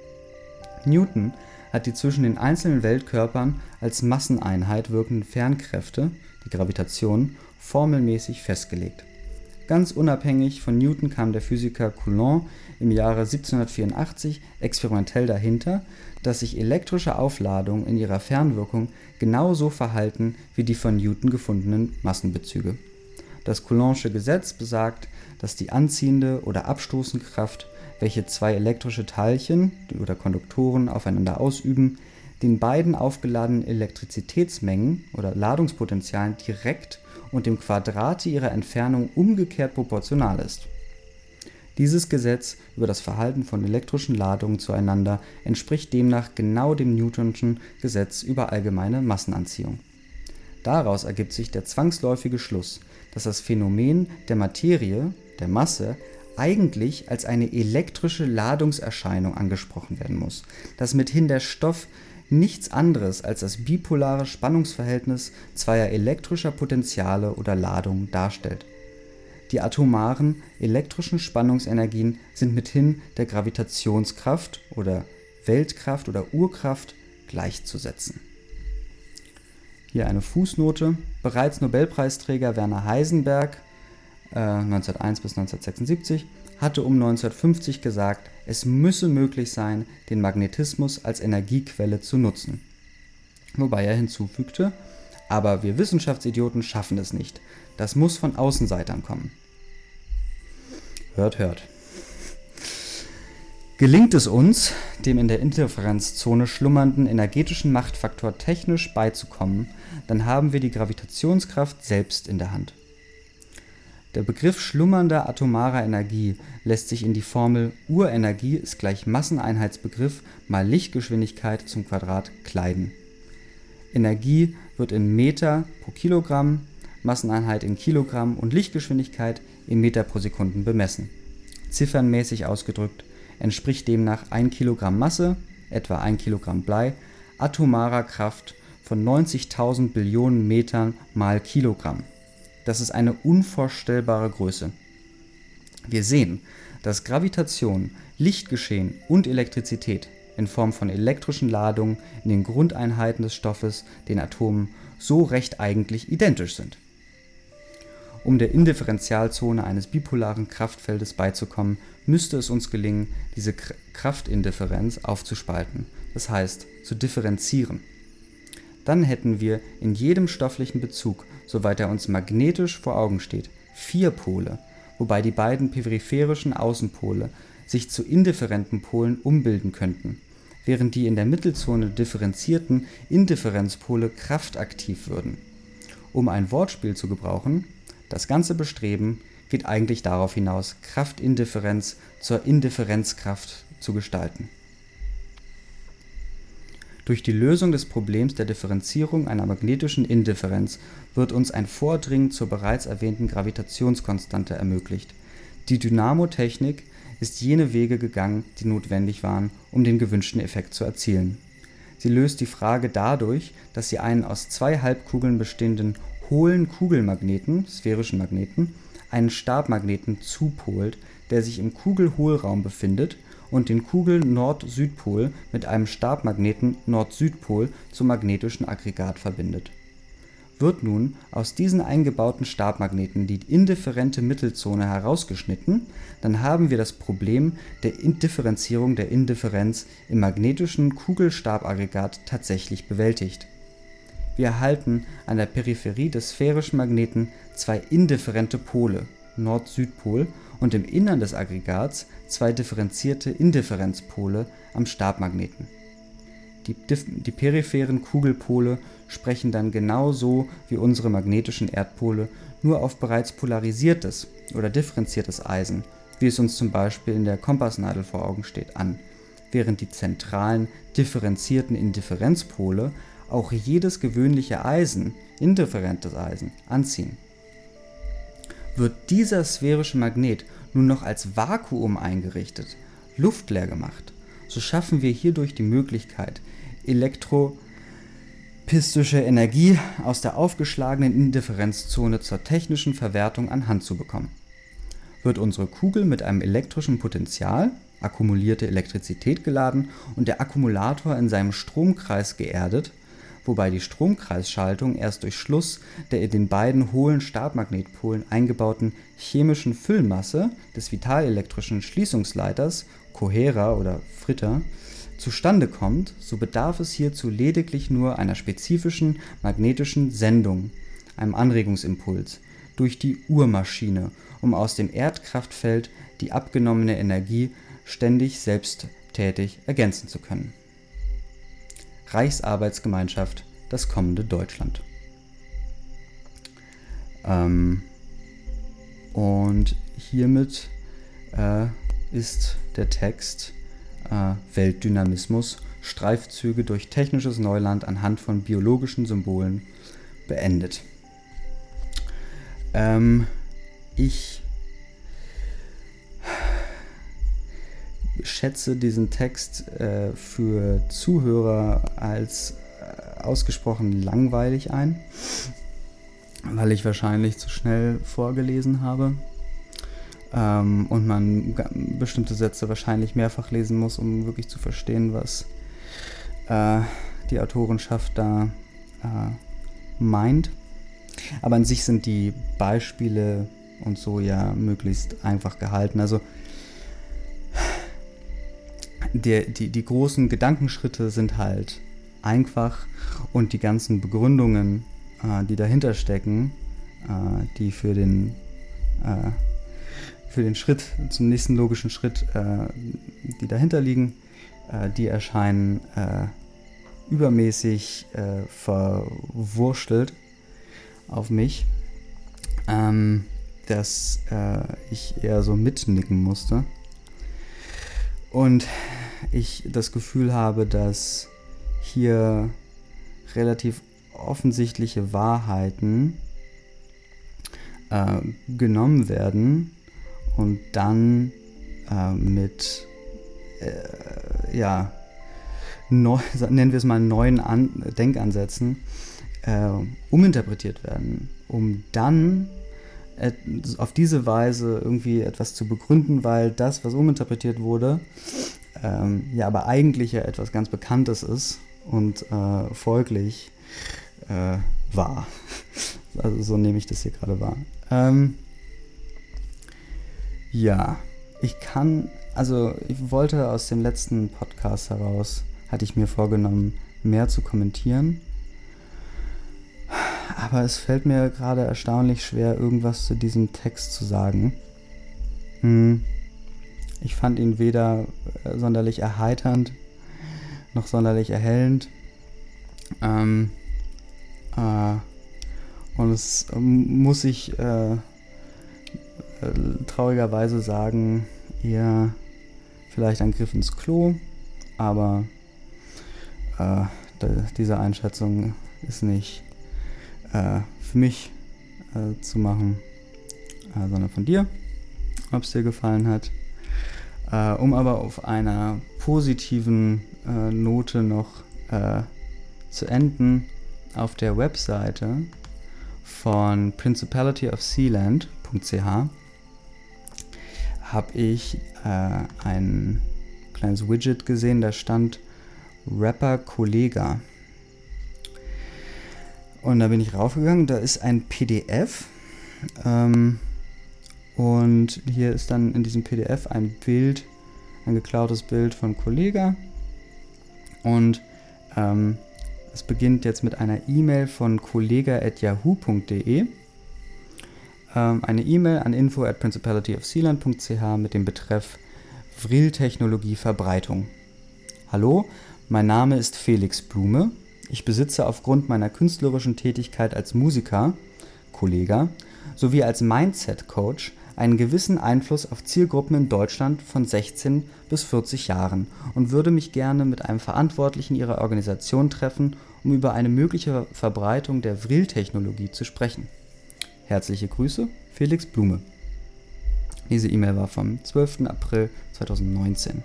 Newton hat die zwischen den einzelnen Weltkörpern als Masseneinheit wirkenden Fernkräfte, die Gravitation, formelmäßig festgelegt. Ganz unabhängig von Newton kam der Physiker Coulomb im Jahre 1784 experimentell dahinter, dass sich elektrische Aufladungen in ihrer Fernwirkung genauso verhalten wie die von Newton gefundenen Massenbezüge. Das Coulombsche Gesetz besagt, dass die anziehende oder abstoßende Kraft, welche zwei elektrische Teilchen oder Konduktoren aufeinander ausüben, den beiden aufgeladenen Elektrizitätsmengen oder Ladungspotentialen direkt und dem Quadrat ihrer Entfernung umgekehrt proportional ist. Dieses Gesetz über das Verhalten von elektrischen Ladungen zueinander entspricht demnach genau dem Newtonschen Gesetz über allgemeine Massenanziehung. Daraus ergibt sich der zwangsläufige Schluss, dass das Phänomen der Materie, der Masse, eigentlich als eine elektrische Ladungserscheinung angesprochen werden muss, dass mithin der Stoff nichts anderes als das bipolare Spannungsverhältnis zweier elektrischer Potenziale oder Ladungen darstellt. Die atomaren elektrischen Spannungsenergien sind mithin der Gravitationskraft oder Weltkraft oder Urkraft gleichzusetzen. Hier eine Fußnote. Bereits Nobelpreisträger Werner Heisenberg 1901 bis 1976 hatte um 1950 gesagt, es müsse möglich sein, den Magnetismus als Energiequelle zu nutzen. Wobei er hinzufügte, aber wir Wissenschaftsidioten schaffen es nicht. Das muss von Außenseitern kommen. Hört, hört. Gelingt es uns, dem in der Interferenzzone schlummernden energetischen Machtfaktor technisch beizukommen, dann haben wir die Gravitationskraft selbst in der Hand. Der Begriff schlummernder atomarer Energie lässt sich in die Formel Urenergie ist gleich Masseneinheitsbegriff mal Lichtgeschwindigkeit zum Quadrat kleiden. Energie wird in Meter pro Kilogramm, Masseneinheit in Kilogramm und Lichtgeschwindigkeit in Meter pro Sekunden bemessen. Ziffernmäßig ausgedrückt entspricht demnach 1 Kilogramm Masse, etwa 1 Kilogramm Blei, atomarer Kraft von 90.000 Billionen Metern mal Kilogramm. Das ist eine unvorstellbare Größe. Wir sehen, dass Gravitation, Lichtgeschehen und Elektrizität in Form von elektrischen Ladungen in den Grundeinheiten des Stoffes, den Atomen, so recht eigentlich identisch sind. Um der Indifferentialzone eines bipolaren Kraftfeldes beizukommen, müsste es uns gelingen, diese Kraftindifferenz aufzuspalten, das heißt zu differenzieren. Dann hätten wir in jedem stofflichen Bezug, soweit er uns magnetisch vor Augen steht, 4 Pole, wobei die beiden peripherischen Außenpole sich zu indifferenten Polen umbilden könnten, während die in der Mittelzone differenzierten Indifferenzpole kraftaktiv würden. Um ein Wortspiel zu gebrauchen, das ganze Bestreben geht eigentlich darauf hinaus, Kraftindifferenz zur Indifferenzkraft zu gestalten. Durch die Lösung des Problems der Differenzierung einer magnetischen Indifferenz wird uns ein Vordringen zur bereits erwähnten Gravitationskonstante ermöglicht. Die Dynamotechnik ist jene Wege gegangen, die notwendig waren, um den gewünschten Effekt zu erzielen. Sie löst die Frage dadurch, dass sie einen aus 2 Halbkugeln bestehenden hohlen Kugelmagneten, sphärischen Magneten, einen Stabmagneten zupolt, der sich im Kugelhohlraum befindet und den Kugel-Nord-Südpol mit einem Stabmagneten Nord-Südpol zum magnetischen Aggregat verbindet. Wird nun aus diesen eingebauten Stabmagneten die indifferente Mittelzone herausgeschnitten, dann haben wir das Problem der Differenzierung der Indifferenz im magnetischen Kugelstabaggregat tatsächlich bewältigt. Wir erhalten an der Peripherie des sphärischen Magneten zwei indifferente Pole, Nord-Süd-Pol, und im Innern des Aggregats zwei differenzierte Indifferenzpole am Stabmagneten. Die peripheren Kugelpole sprechen dann genauso wie unsere magnetischen Erdpole nur auf bereits polarisiertes oder differenziertes Eisen, wie es uns zum Beispiel in der Kompassnadel vor Augen steht, an, während die zentralen differenzierten Indifferenzpole auch jedes gewöhnliche Eisen, indifferentes Eisen, anziehen. Wird dieser sphärische Magnet nun noch als Vakuum eingerichtet, luftleer gemacht, so schaffen wir hierdurch die Möglichkeit, elektropistische Energie aus der aufgeschlagenen Indifferenzzone zur technischen Verwertung an Hand zu bekommen. Wird unsere Kugel mit einem elektrischen Potential, akkumulierte Elektrizität, geladen und der Akkumulator in seinem Stromkreis geerdet, wobei die Stromkreisschaltung erst durch Schluss der in den beiden hohlen Stabmagnetpolen eingebauten chemischen Füllmasse des vitalelektrischen Schließungsleiters, Kohärer oder Fritter, zustande kommt, so bedarf es hierzu lediglich nur einer spezifischen magnetischen Sendung, einem Anregungsimpuls, durch die Uhrmaschine, um aus dem Erdkraftfeld die abgenommene Energie ständig selbsttätig ergänzen zu können. Reichsarbeitsgemeinschaft, das kommende Deutschland. Und hiermit ist der Text Weltdynamismus, Streifzüge durch technisches Neuland anhand von biologischen Symbolen beendet. Ich schätze diesen Text für Zuhörer als ausgesprochen langweilig ein, weil ich wahrscheinlich zu schnell vorgelesen habe und man bestimmte Sätze wahrscheinlich mehrfach lesen muss, um wirklich zu verstehen, was die Autorenschaft da meint. Aber an sich sind die Beispiele und so ja möglichst einfach gehalten. Also die großen Gedankenschritte sind halt einfach und die ganzen Begründungen, die dahinter stecken, die für den Schritt, zum nächsten logischen Schritt, die dahinter liegen, die erscheinen übermäßig verwurstelt auf mich, dass ich eher so mitnicken musste. Und ich das Gefühl habe, dass hier relativ offensichtliche Wahrheiten genommen werden und dann mit, nennen wir es mal neuen Denkansätzen, uminterpretiert werden, um dann auf diese Weise irgendwie etwas zu begründen, weil das, was uminterpretiert wurde, aber eigentlich ja etwas ganz Bekanntes ist und folglich wahr. Also so nehme ich das hier gerade wahr. Ich wollte aus dem letzten Podcast heraus, hatte ich mir vorgenommen, mehr zu kommentieren. Aber es fällt mir gerade erstaunlich schwer, irgendwas zu diesem Text zu sagen. Ich fand ihn weder sonderlich erheiternd, noch sonderlich erhellend. Und es muss ich traurigerweise sagen, eher vielleicht ein Griff ins Klo, aber diese Einschätzung ist nicht für mich zu machen, sondern von dir, ob es dir gefallen hat. Um aber auf einer positiven Note noch zu enden, auf der Webseite von principalityofsealand.ch habe ich ein kleines Widget gesehen, da stand Rapper Kollega. Und da bin ich raufgegangen, da ist ein PDF und hier ist dann in diesem PDF ein Bild, ein geklautes Bild von Kollega und Es beginnt jetzt mit einer E-Mail von kollega@yahoo.de. Eine E-Mail an info@principalityofsealand.ch mit dem Betreff Vril-Technologie Verbreitung. Hallo, mein Name ist Felix Blume. Ich besitze aufgrund meiner künstlerischen Tätigkeit als Musiker, Kollega, sowie als Mindset-Coach einen gewissen Einfluss auf Zielgruppen in Deutschland von 16 bis 40 Jahren und würde mich gerne mit einem Verantwortlichen Ihrer Organisation treffen, um über eine mögliche Verbreitung der Vril-Technologie zu sprechen. Herzliche Grüße, Felix Blume. Diese E-Mail war vom 12. April 2019.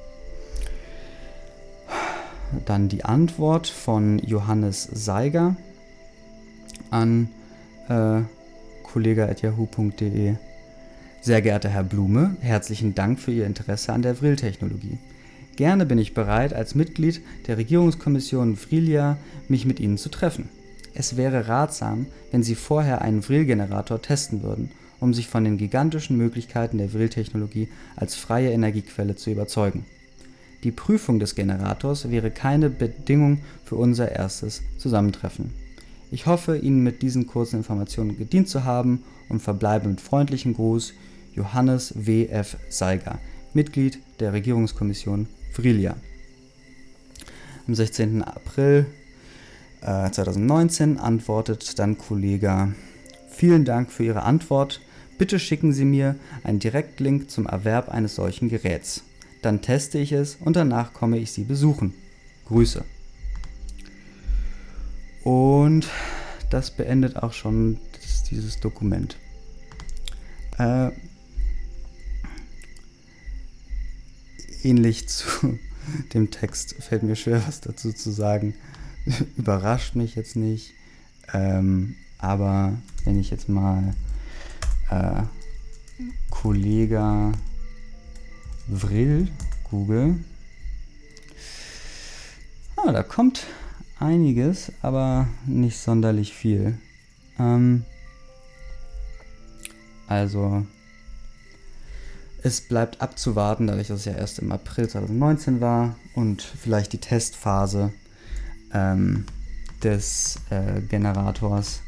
Dann die Antwort von Johannes Seiger an kollega@yahoo.de. Sehr geehrter Herr Blume, herzlichen Dank für Ihr Interesse an der Vril-Technologie. Gerne bin ich bereit, als Mitglied der Regierungskommission Vrilia mich mit Ihnen zu treffen. Es wäre ratsam, wenn Sie vorher einen Vril-Generator testen würden, um sich von den gigantischen Möglichkeiten der Vril-Technologie als freie Energiequelle zu überzeugen. Die Prüfung des Generators wäre keine Bedingung für unser erstes Zusammentreffen. Ich hoffe, Ihnen mit diesen kurzen Informationen gedient zu haben und verbleibe mit freundlichem Gruß, Johannes W.F. Seiger, Mitglied der Regierungskommission Vrilia. Am 16. April 2019 antwortet dann Kollega: Vielen Dank für Ihre Antwort. Bitte schicken Sie mir einen Direktlink zum Erwerb eines solchen Geräts. Dann teste ich es und danach komme ich Sie besuchen. Grüße. Und das beendet auch schon dieses Dokument. Ähnlich zu dem Text fällt mir schwer, was dazu zu sagen. Überrascht mich jetzt nicht. Aber wenn ich jetzt mal Kollega Vril google, da kommt einiges, aber nicht sonderlich viel. Also es bleibt abzuwarten, dadurch, dass es ja erst im April 2019 war und vielleicht die Testphase des Generators,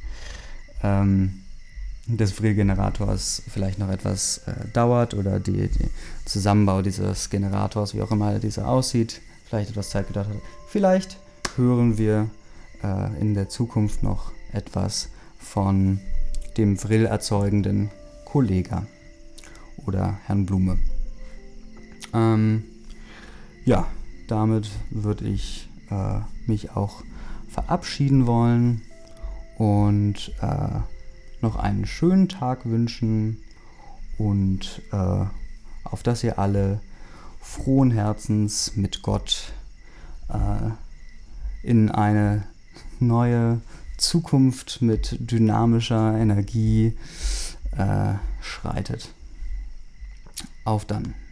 des Vril-Generators vielleicht noch etwas dauert oder der Zusammenbau dieses Generators, wie auch immer dieser aussieht, vielleicht etwas Zeit gedauert hat. Vielleicht hören wir in der Zukunft noch etwas von dem Vril erzeugenden Kollega oder Herrn Blume. Ja, damit würde ich mich auch verabschieden wollen und noch einen schönen Tag wünschen und auf dass ihr alle frohen Herzens mit Gott in eine neue Zukunft mit dynamischer Energie schreitet. Auf dann.